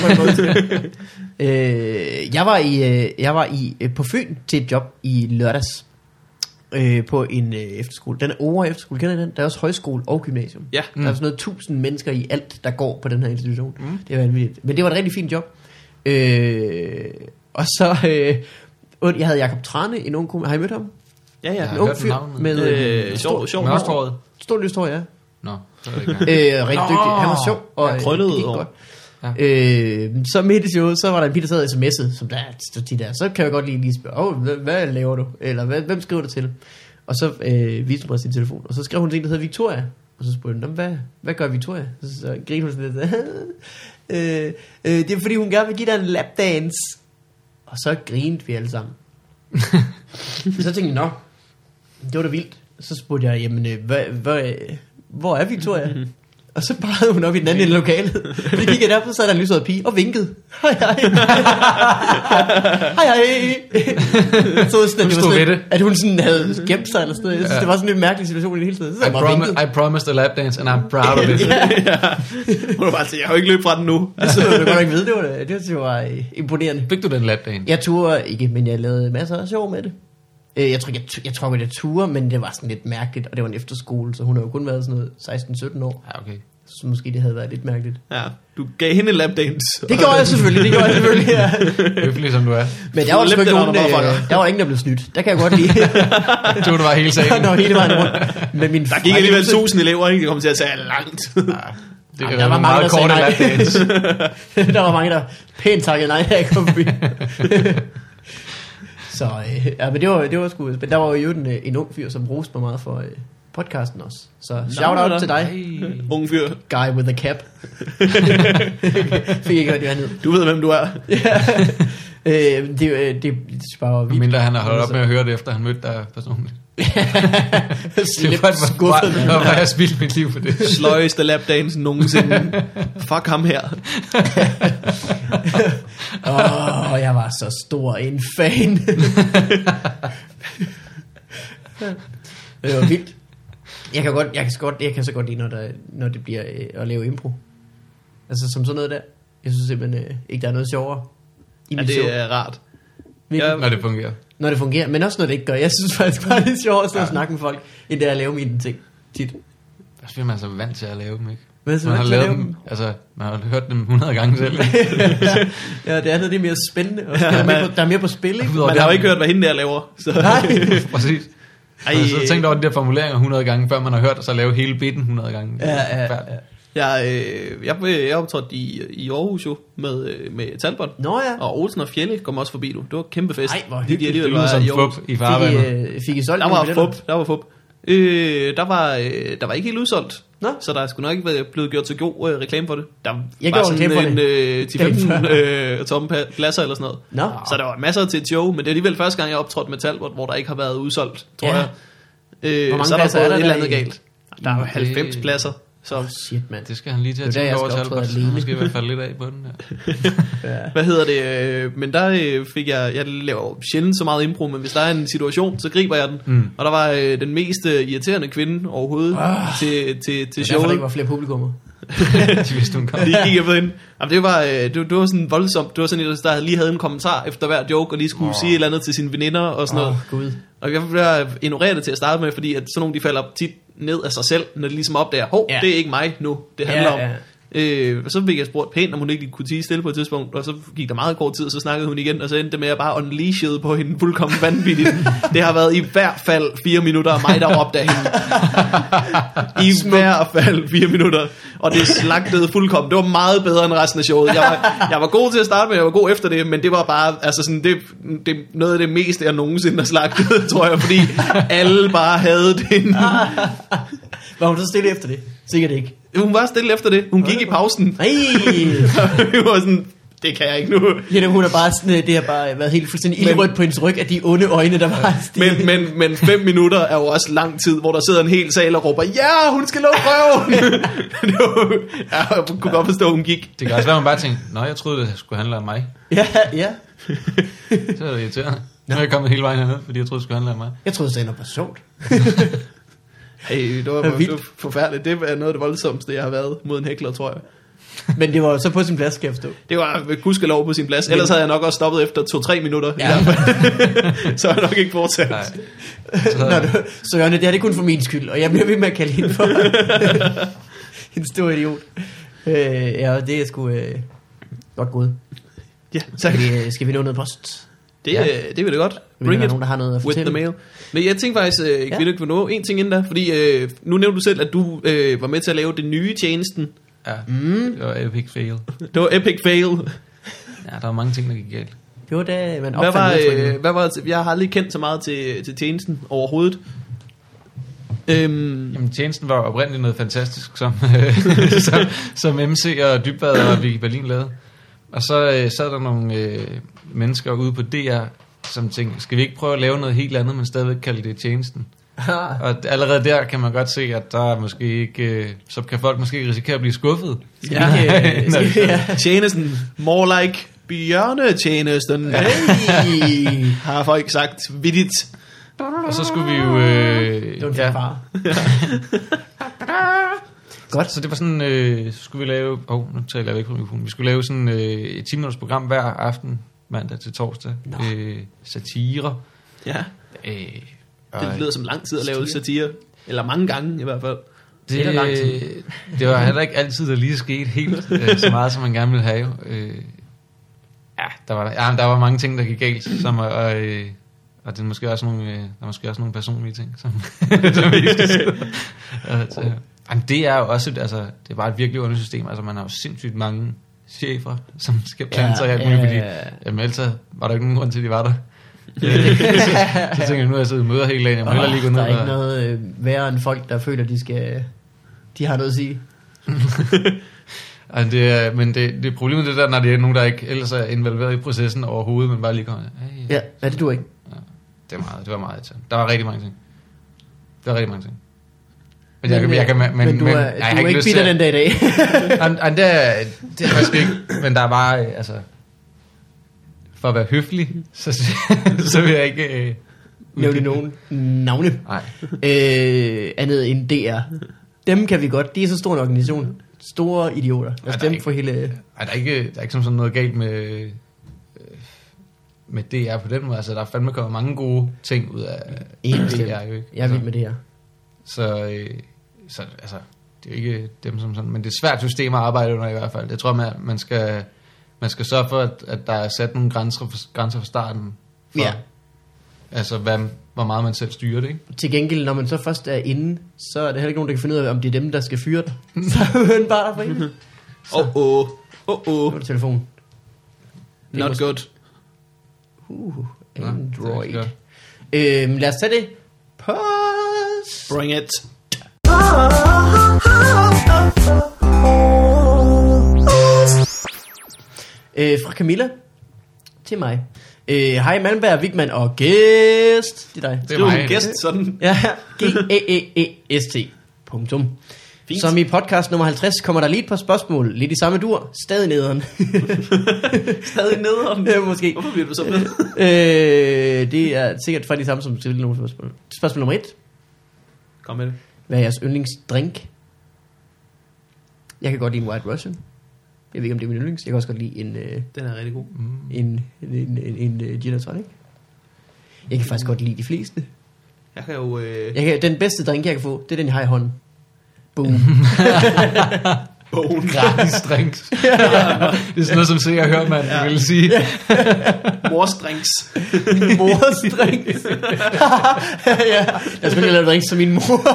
S1: øh, jeg var i, øh, jeg var i øh, på Fyn til et job i lørdags øh, på en øh, efterskole. Den er over efterskole, kender I den? Der er også højskole og gymnasium.
S3: Ja.
S1: Der er sådan noget tusind mennesker i alt, der går på den her institution. Mm. Det er vanvittigt. Men det var et rigtig fint job. Øh, og så øh, und- jeg havde Jakob Trane, en ung kommune. Har I mødt ham?
S3: Ja, ja.
S2: Jeg har
S1: En ung
S2: hørt
S1: fyr
S2: navnet.
S1: med
S3: Øh,
S1: øh,
S3: sjov, sjov.
S2: Mørkhåret.
S1: stor lyst hår, ja.
S2: Nå, så er det ikke.
S1: Øh, rigtig
S2: Nå!
S1: dygtig. Han var sjov. Og
S3: Ja,
S1: øh,
S3: krøllet
S1: det gik
S3: hår.
S1: godt.
S2: Ja.
S1: Øh, så midt i showet, så var der en pige, der sad og sms'ede, som der er så tit der. Så kan jeg godt lige, lige spørge, oh, hvad, hvad laver du? Eller hvad, hvem skriver du til? Og så øh, viste hun mig sin telefon. Og så skrev hun til en, der hedder Victoria. Og så spurgte hun, hvad, hvad gør Victoria? Så, så grinede hun sådan lidt. øh, øh, det er fordi, hun gerne vil give dig en lapdance. Og så grinede vi alle sammen. Så tænkte jeg, nå, det var da vildt. Så spurgte jeg, jamen, øh, hvad, hvad, hvor er Victoria? Og så pegede hun op i den anden ende af lokalet. Vi gik derop, så sad der en lyshåret pige og vinkede. Hej hej. Hej hej. Så sådan, at, det var
S2: stod ved
S1: sådan,
S2: det.
S1: at hun sådan havde gemt sig eller sådan noget. Jeg synes,
S2: Ja.
S1: det var sådan en lidt mærkelig situation i det hele tiden. Så sad
S2: I,
S1: jeg bare og
S2: prom-
S1: vinkede.
S2: I promised a lap dance, and I'm proud of it.
S3: Hun var bare sige, jeg har jo ikke løbet fra den nu.
S1: Altså, det kunne jeg ikke vide, det var, det, det var øh, imponerende.
S2: Fik du den lap dance?
S1: Jeg turde ikke, men jeg lavede masser af sjov med det. Øh, Jeg tror, jeg, tu- jeg tror godt, jeg turde, men det var sådan lidt mærkeligt, og det var en efterskole, så hun har jo kun været sådan noget seksten sytten år,
S2: Ja, okay.
S1: så måske det havde været lidt mærkeligt.
S3: Ja, du gav hende en lapdance.
S1: Det gjorde jeg selvfølgelig, det gjorde jeg selvfølgelig, ja.
S2: Høflig som du er.
S1: Men der var, sgu
S3: Flip
S1: ikke
S3: det,
S1: nogen,
S3: når der var
S1: øh,
S3: fucker.
S1: der var ingen, der blev snydt. Der kan jeg godt lide.
S2: Jeg tror, du var hele sagen.
S1: Når hele vejen rundt. Men min
S3: Der gik alligevel tusind elever, ikke? Det kom til at tage langt.
S2: Det
S1: Jamen,
S2: kan
S1: der
S2: være
S1: var
S2: nogle
S1: mange,
S2: meget
S1: der
S2: korte
S1: sagde
S2: lap dance.
S1: nej. Der var mange, der pænt takkede nej, da jeg kom forbi. Så øh, ja, men det var, det var sgu... Men der var jo en, øh, en ung fyr, som roste mig meget for øh, podcasten også. Så shout out
S3: nå.
S1: til dig,
S2: Ej.
S3: Ung fyr.
S1: guy with a cap. Fik ikke hørt, det han hed.
S3: Du ved, hvem du er.
S1: Øh, det, øh, det, det er bare vildt.
S2: Mindre han har holdt op med at høre det, efter han mødte dig personligt. Det
S1: Lidt
S2: var, hvor,
S1: skuffet.
S2: hvor, hvor har jeg spildt mit liv for det.
S3: Sløjeste lapdance nogensinde. Fuck ham her.
S1: Åh, oh, jeg var så stor en fan. Det var vildt. Jeg kan godt, jeg kan så godt, jeg kan så godt lide, når, der, når det bliver øh, at lave impro. Altså som sådan noget der. Jeg synes simpelthen øh, ikke, der er noget sjovere i
S3: Ja,
S1: mit show.
S3: det er rart.
S1: Virkelig.
S3: Ja.
S2: Når det fungerer.
S1: Når det fungerer, men også når det ikke gør. Jeg synes faktisk bare, det er sjovere at stå og snakke med folk, end det er at lave mine ting. Tit.
S2: Der bliver man så vant til at lave dem, ikke?
S1: Men så
S2: Man har
S1: vant til at
S2: lavet
S1: lave
S2: dem,
S1: dem.
S2: altså, man har hørt dem hundrede gange selv.
S1: Ja, det andet det er mere spændende. Og der, er mere på, der er mere på spil, ikke?
S2: Udover
S3: Man
S2: det
S3: har jo
S2: har-
S3: ikke hørt, hvad hende der laver. Så.
S1: Nej.
S2: Præcis.
S3: Ej,
S2: Man har så tænkt over de der formuleringer hundrede gange, før man har hørt, og så lave hele bitten hundrede gange.
S1: Ja, ja, ja.
S2: Færdigt.
S3: jeg, øh, jeg, jeg optrådte i, i Aarhus jo med, øh, med Talbot.
S1: Nå ja.
S3: Og Olsen og Fjelle kom også forbi nu. Det var en kæmpe fest.
S1: Ej, hvor
S3: De- de
S1: hyggeligt.
S3: alligevel
S2: Det lyder
S3: var
S2: som
S3: i Aarhus.
S2: fup i
S1: Fik I,
S2: farvandet.
S1: øh, fik I solgt
S3: Der
S1: nogle
S3: var
S1: billetter?
S3: fup, der var fup. Øh, der var, øh, der var ikke helt udsolgt.
S1: Nå.
S3: Så der er sgu nok ikke været blevet gjort så god øh, reklame for det. Der
S1: Jeg
S3: var
S1: gjorde
S3: sådan
S1: reklame for
S3: en
S1: det.
S3: øh, ti femten øh, tomme pa- pladser eller sådan noget.
S1: Nå.
S3: Så der var masser til et show, men det er alligevel første gang, jeg optrådte med Talbot, hvor der ikke har været udsolgt, tror
S1: Ja.
S3: jeg. Øh,
S1: Hvor mange
S3: så er der
S1: pladser
S3: gået
S1: er der
S3: et eller
S1: der
S3: andet
S1: i-
S3: galt. Der er jo
S2: Det-
S3: halvfems pladser. Så
S1: Shit, mand.
S2: Det skal han lige til at
S1: Det er der,
S2: tænke
S1: jeg
S2: over
S1: skal
S2: til
S1: optræde
S2: Albert.
S1: alene.
S2: Måske i hvert fald lidt af på den her.
S1: Ja.
S3: hvad hedder det? øh, Men der øh, fik jeg, jeg laver sjældent så meget impro, men hvis der er en situation, så griber jeg den.
S2: Mm.
S3: Og der var øh, den mest øh, irriterende kvinde overhovedet
S1: Ah.
S3: til, til, til
S1: Det er derfor, der
S3: showet.
S1: ikke var flere publikummer.
S2: De vidste, hun kom.
S3: De gik efter hende. Jamen, det var, øh, det, var- det var sådan voldsomt. Det var sådan, at der lige havde en kommentar efter hver joke, og lige skulle oh. sige et eller andet til sine veninder og sådan
S1: Åh,
S3: noget.
S1: oh, gud.
S3: Og jeg blev ignoreret det til at starte med, fordi at sådan nogle, de falder tit ned af sig selv, når de ligesom opdager, hov,
S1: Ja.
S3: det er ikke mig nu, det handler
S1: Ja, ja.
S3: om. Øh, så fik jeg spurgt pænt, om hun ikke kunne tige stille på et tidspunkt, og så gik der meget kort tid, og så snakkede hun igen, og så endte det med at bare unleashede på hende fuldkommen vanvittigt. Det har været i hvert fald fire minutter af mig, der råbte af hende. I hvert fald fire minutter. Og det slagtede fuldkommen. Det var meget bedre end resten af showet. Jeg var, jeg var god til at starte med, jeg var god efter det, men det var bare, altså sådan, det, det noget af det meste, jeg nogensinde har slagtet, tror jeg, fordi alle bare havde den.
S1: Var hun så stille efter det? Sikkert ikke.
S3: Hun var stille efter det. Hun gik i pausen.
S1: Nej.
S3: Det var sådan, det kan jeg ikke nu.
S1: Ja, hun har bare sådan, det har bare været helt fuldstændig ildrødt på hendes ryg af de onde øjne, der var.
S3: Men, men, men fem minutter er jo også lang tid, hvor der sidder en hel sal og råber, ja, hun skal lukke røven. Det var, jeg kunne godt forstå, hun gik.
S2: Det kan også være, man bare tænkte, nå, jeg troede, det skulle handle om mig.
S1: Ja, ja.
S2: Så er det irriterende. Nu er jeg kommet hele vejen herned, fordi jeg troede, det skulle handle om mig.
S1: Jeg troede, det var sjovt.
S3: Hey, det var, det var forfærdeligt. Det er noget af det voldsomste, jeg har været mod en hækler, tror jeg.
S1: Men det var så på sin plads, skal jeg forstå.
S3: Det var gudskelov på sin plads. Ellers havde jeg nok også stoppet efter to-tre minutter. Ja. I hvert fald. Så har jeg nok ikke fortsat.
S2: Nej.
S1: Så, Nå, du, så Jørgen, det er det kun for min skyld, og jeg bliver ved med at kalde hende for en stor idiot. Øh, ja, det er sgu øh, godt gået.
S3: Ja,
S1: tak. Skal vi, skal vi nå noget post?
S3: Det, ja. det vil det godt.
S1: Bring it nogen, der har noget at
S3: with the mail. Men jeg tænkte faktisk, øh, ja. Vil du ikke nå en ting inden der? Fordi øh, nu nævnte du selv, at du øh, var med til at lave det nye tjenesten.
S2: Ja, mm. det var epic fail.
S3: Det var epic fail.
S2: Ja, der var mange ting, der gik galt.
S1: Det var da, man
S3: hvad var, øh, hvad var, jeg har aldrig kendt så meget til, til tjenesten overhovedet.
S2: Øhm. Jamen, tjenesten var oprindeligt noget fantastisk, som, som, som M C og Dybvad og Vicky Berlin lavede. Og så øh, sad der nogle øh, mennesker ude på D R, som tænkte, skal vi ikke prøve at lave noget helt andet, men stadigvæk kalde det tjenesten? Og allerede der kan man godt se, at der er måske ikke, øh, så kan folk måske risikere at blive skuffet.
S1: Ja, ja.
S3: Tjenesten, more like bjørnetjenesten. Hey. Har folk sagt vittigt.
S2: Og så skulle vi jo... Øh,
S1: det var ja. Far.
S2: Godt. Så det var sådan, øh, så skulle vi lave... Åh, oh, nu taler jeg væk fra mikrofonen. Vi skulle lave sådan øh, et ti minutters program hver aften, mandag til torsdag. No. Øh, satire.
S3: Ja.
S2: Øh,
S3: det lyder som lang tid at lave satire. Eller mange gange i hvert fald.
S2: Det, det er lang tid. Det var heller ikke altid, der lige skete helt øh, så meget, som man gerne ville have. Øh, ja, der var, ja, der var mange ting, der gik galt. Som, og, øh, og det er måske også nogle, øh, der er måske også nogle personlige ting, som, som vi altså, det er jo også, altså, det er bare et virkelig undersystem. Altså, man har jo sindssygt mange chefer, som skal plante sig alt muligt, fordi jamen, ellers var der ikke nogen grund til, at de var der. så tænker jeg, nu har jeg siddet i møder hele dagen, jeg må heller lige gå ned.
S1: Der er ikke noget øh, værre end folk, der føler, de skal, de har noget at sige.
S2: altså, det er, men det, det er problemet det der, når det er nogen, der ikke ellers er involveret i processen overhovedet, men bare lige kommer. Hey,
S1: ja, ja, det du ikke.
S2: Ja, det, er meget, det var meget irriterende. Der var rigtig mange ting. Der var rigtig mange ting. Men, jeg, men, jeg kan, men,
S1: men du er,
S2: men,
S1: du er ikke, ikke bitter den dag i dag.
S2: and, det, er, det er faktisk ikke, men der er bare, altså, for at være høflig, så, så vil jeg ikke øh,
S1: nævne nogen navne.
S2: Nej.
S1: Øh, andet end D R. Dem kan vi godt. De er så stor en organisation. Store idioter. Lad os dem for hele...
S2: Ej, der er ikke, der er ikke som sådan noget galt med, med D R på den måde. Altså, der er fandme kommet mange gode ting ud af
S1: D
S2: R, jo ikke?
S1: Jeg er vild med D R.
S2: Så, øh, så altså, det er jo ikke dem som sådan, men det er et svært system at arbejde under i hvert fald. Jeg tror, man, man skal... Man skal sørge for, at, at der er sat nogle grænser for, grænser for starten. For,
S1: ja.
S2: Altså, hvad, hvor meget man selv styrer det, ikke?
S1: Til gengæld, når man så først er inde, så er det heller ikke nogen, der kan finde ud af, om det er dem, der skal fyre dig. Så er man bare der for inde.
S3: Åh, åh. Åh, åh.
S1: Det var telefonen.
S3: Not måske... good.
S1: Uh, Android. Nå, øhm, lad os tage det. Pause.
S3: Bring it.
S1: Øh, fra Camilla til mig. Øh, hej Malmberg, Vigman og gæst. Det er dig.
S3: Det er mig. Gæst, sådan.
S1: Ja, G E E E S T. Punktum. Fint. Som i podcast nummer halvtreds kommer der lige et par spørgsmål. Lidt i samme dur. Stadig nederen.
S3: Stadig nederen?
S1: Ja, måske.
S3: Hvorfor bliver du så med?
S1: øh, det er sikkert faktisk det samme som til nogle spørgsmål. Spørgsmål nummer et.
S3: Kom med det.
S1: Hvad er jeres yndlingsdrink? Jeg kan godt lide en White Russian. Jeg ved ikke, om det er min yndlings. Jeg kan også godt lide en... Øh,
S3: den er rigtig god.
S1: Mm. En, en, en, en, en, en gin and tonic. Jeg kan faktisk godt lide de fleste.
S3: Jeg kan jo... Øh...
S1: Jeg kan, den bedste drink, jeg kan få, det er den, jeg har i hånden. Boom.
S3: bogen.
S2: Gratis drinks. Det er sådan noget, som Se og Hør, man ja. vil sige.
S3: Mors drinks.
S1: Mors drinks. Ja, jeg skulle lave drinks som min mor.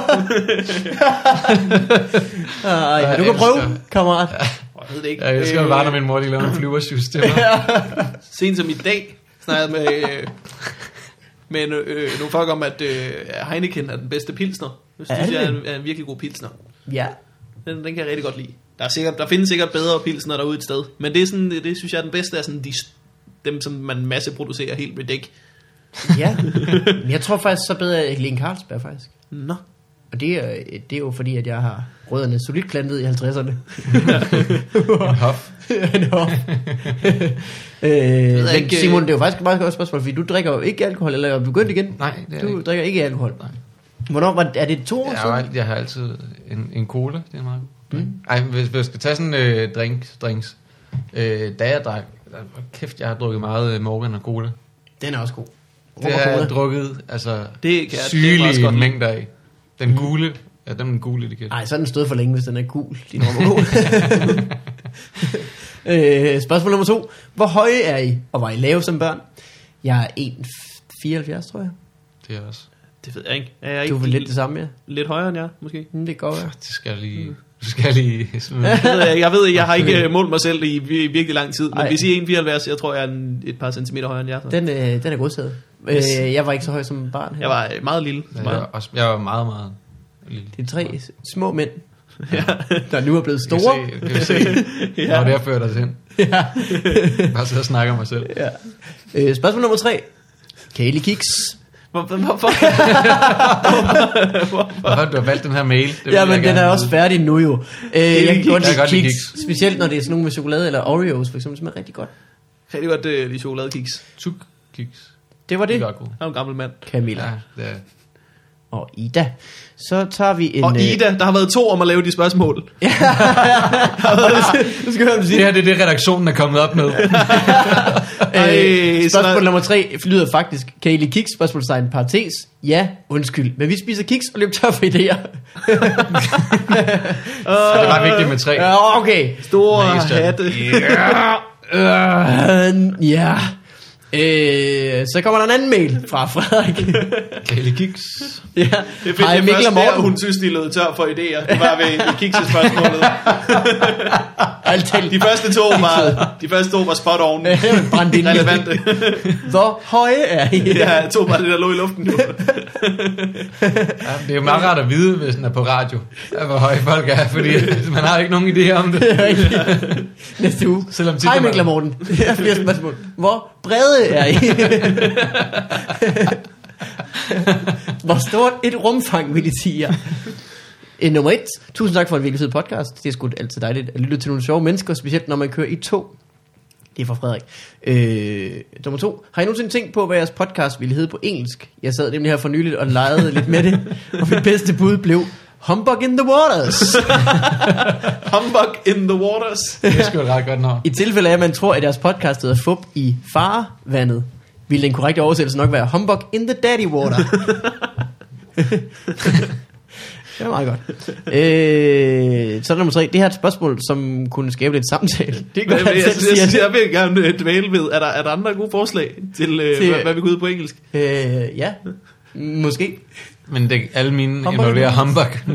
S1: ah, ja, du kan prøve, kammerat.
S3: Jeg ved det ikke.
S2: Ja, jeg skal bare, når min mor lige laver en flyversjus til mig.
S3: Sent som i dag snakkede med, øh, med øh, nogle folk om, at øh, Heineken er den bedste pilsner. Jeg synes, det er en, er en virkelig god pilsner.
S1: Ja.
S3: Den, den kan jeg rigtig godt lide. Der, er sikkert, der findes sikkert bedre pilsner derude et sted. Men det, er sådan, det, det synes jeg er den bedste af sådan de, dem, som man masseproducerer helt ved dæk.
S1: Ja, men jeg tror faktisk så bedre, at jeg kan lide en Carlsberg faktisk.
S3: Nå.
S1: Og det er, det er jo fordi, at jeg har rødderne solidt plantet i halvtredserne.
S2: En hof.
S1: En hof. øh, men Simon, det er jo faktisk et meget godt spørgsmål, fordi du drikker jo ikke alkohol, eller er begyndt igen?
S2: Nej, det er
S1: Du
S2: ikke.
S1: drikker ikke alkohol? Nej. Hvornår var er det to år
S2: Jeg
S1: siden?
S2: har, jeg har altid en, en cola, det er meget godt.
S1: Mm.
S2: Ej, hvis, hvis jeg skal tage sådan øh, drinks, drinks øh, da jeg drak, kæft, jeg har drukket meget øh, Morgan og cola.
S1: Den er også god.
S2: Det har jeg drukket, altså,
S3: Det kan jeg- det er også
S2: sygelige
S3: godt.
S2: mængder af. Den gule, ja, den er den gule etiket.
S1: Nej, så er den stået for længe, hvis den er gul. Din rum er god. øh, spørgsmål nummer to. Hvor høje er I, og var I lave som børn? Jeg er en komma fireoghalvfjerds, tror jeg.
S2: Det er også.
S3: Det ved jeg ikke. Er jeg
S1: Du
S3: ikke
S1: er vel lidt det samme, ja.
S3: lidt højere end jeg, måske?
S1: Mm, det går være.
S2: Det skal jeg lige, du skal lige smide.
S3: Jeg ved, jeg, jeg ved, jeg har ikke øh, målt mig selv i, i virkelig lang tid. Men
S1: Ej.
S3: hvis I er en komma fireoghalvfjerds, jeg tror, jeg er en, et par centimeter højere end jer. Så.
S1: Den, øh, den er godtaget.
S3: Yes.
S1: Øh, jeg var ikke så høj som barn.
S3: Jeg var øh, meget lille.
S2: Jeg
S3: Meget.
S2: var, også, jeg var meget, meget lille.
S1: Det er tre små mænd, der nu er blevet
S2: Kan
S1: store.
S2: vi se, kan vi se. Ja. Når det har ført os ind.
S1: Ja.
S2: Bare sidde og snakke om mig selv.
S1: Ja. Øh, spørgsmål nummer tre. Kan I lide kiks?
S3: Hvor, hvorfor?
S2: Hvorfor har du valgt den her mail? Det vil
S1: Ja,
S2: jeg
S1: men den
S2: gerne
S1: er
S2: vide.
S1: også færdig nu jo. Øh, jeg kan
S3: kiks.
S1: godt
S2: Jeg kan godt
S1: lide
S2: lide
S1: kiks. Specielt når det er sådan nogle med chokolade eller Oreos, for eksempel, som er rigtig godt.
S3: Rigtig godt øh, lige chokoladekiks.
S2: Tuk kiks.
S1: Det var
S2: Det
S1: det.
S2: er godt god.
S3: Jeg er en gammel mand.
S1: Camilla.
S2: Ja, det er.
S1: Og Ida. Så tager vi en...
S3: Og
S1: øh,
S3: Ida, der har været to om at lave de spørgsmål.
S1: Nu skal vi høre, hvad du
S2: Det
S1: siger.
S2: her det er det, redaktionen er kommet op med.
S3: Ej,
S1: Øh, spørgsmål
S3: sådan-
S1: nummer tre lyder faktisk, kan I lide kiks? Spørgsmålstegn, parentes. Ja, undskyld. Men vi spiser kiks og løber tør for idéer.
S2: Så det var vigtigt med tre.
S1: Ja, okay.
S3: Store
S2: Næste.
S3: hatte.
S1: Øh, ja. Øh, så kommer der en anden mail fra Frederik.
S2: Kæle kiks.
S1: Ja.
S3: Det er fedt,
S1: Hej
S3: det
S1: Mikkel
S3: første
S1: og
S3: der,
S1: Morten.
S3: hun synes, de lød tør for idéer. Det var ved i kiksespørgsmålet.
S1: Altid.
S3: De første to var, de første to var spot on.
S1: Brændt ind.
S3: Relevante.
S1: Hvor høje er I?
S3: Ja, jeg tog bare det, der lå i luften nu.
S2: Ja, det er jo meget rart at vide, hvis den er på radio, hvor høje folk er, fordi man har ikke nogen idé om det.
S1: Næste uge.
S2: Selvom tit
S1: Hej
S2: er man-
S1: Mikkel og Morten. Jeg har flere spørgsmål. Hvor brede er I? Hvor stort et rumfang vil I sige jer? Eh, Nummer et. Tusind tak for en virkelig fed podcast. Det er sgu altid dejligt at lytte til nogle sjove mennesker, specielt når man kører i tog. Det er fra Frederik. Øh, nummer to. Har I nogensinde tænkt på, hvad jeres podcast ville hedde på engelsk? Jeg sad nemlig her for nyligt og legede lidt med det, og mit bedste bud blev Humbug in the Waters.
S3: Humbug in the waters.
S2: Det er sgu et ret godt navn.
S1: I tilfælde af, at man tror, at deres podcast hedder Fup i farvandet, ville den korrekte oversættelse nok være Humbug in the Daddy Water. Det er meget godt. Øh, så er der nummer tre. Det her er et spørgsmål, som kunne skabe lidt samtale. Det
S3: Men,
S1: kan
S3: jeg,
S1: jeg
S3: jeg,
S1: selv sige.
S3: jeg, jeg vil gerne øh, dvæle ved, er der, er der andre gode forslag til, øh,
S1: Til-
S3: hvad, hvad vi går ud på engelsk?
S1: Øh, ja, måske.
S2: Men det, alle mine
S1: Humbug
S2: involverer
S1: in
S2: humbug nu.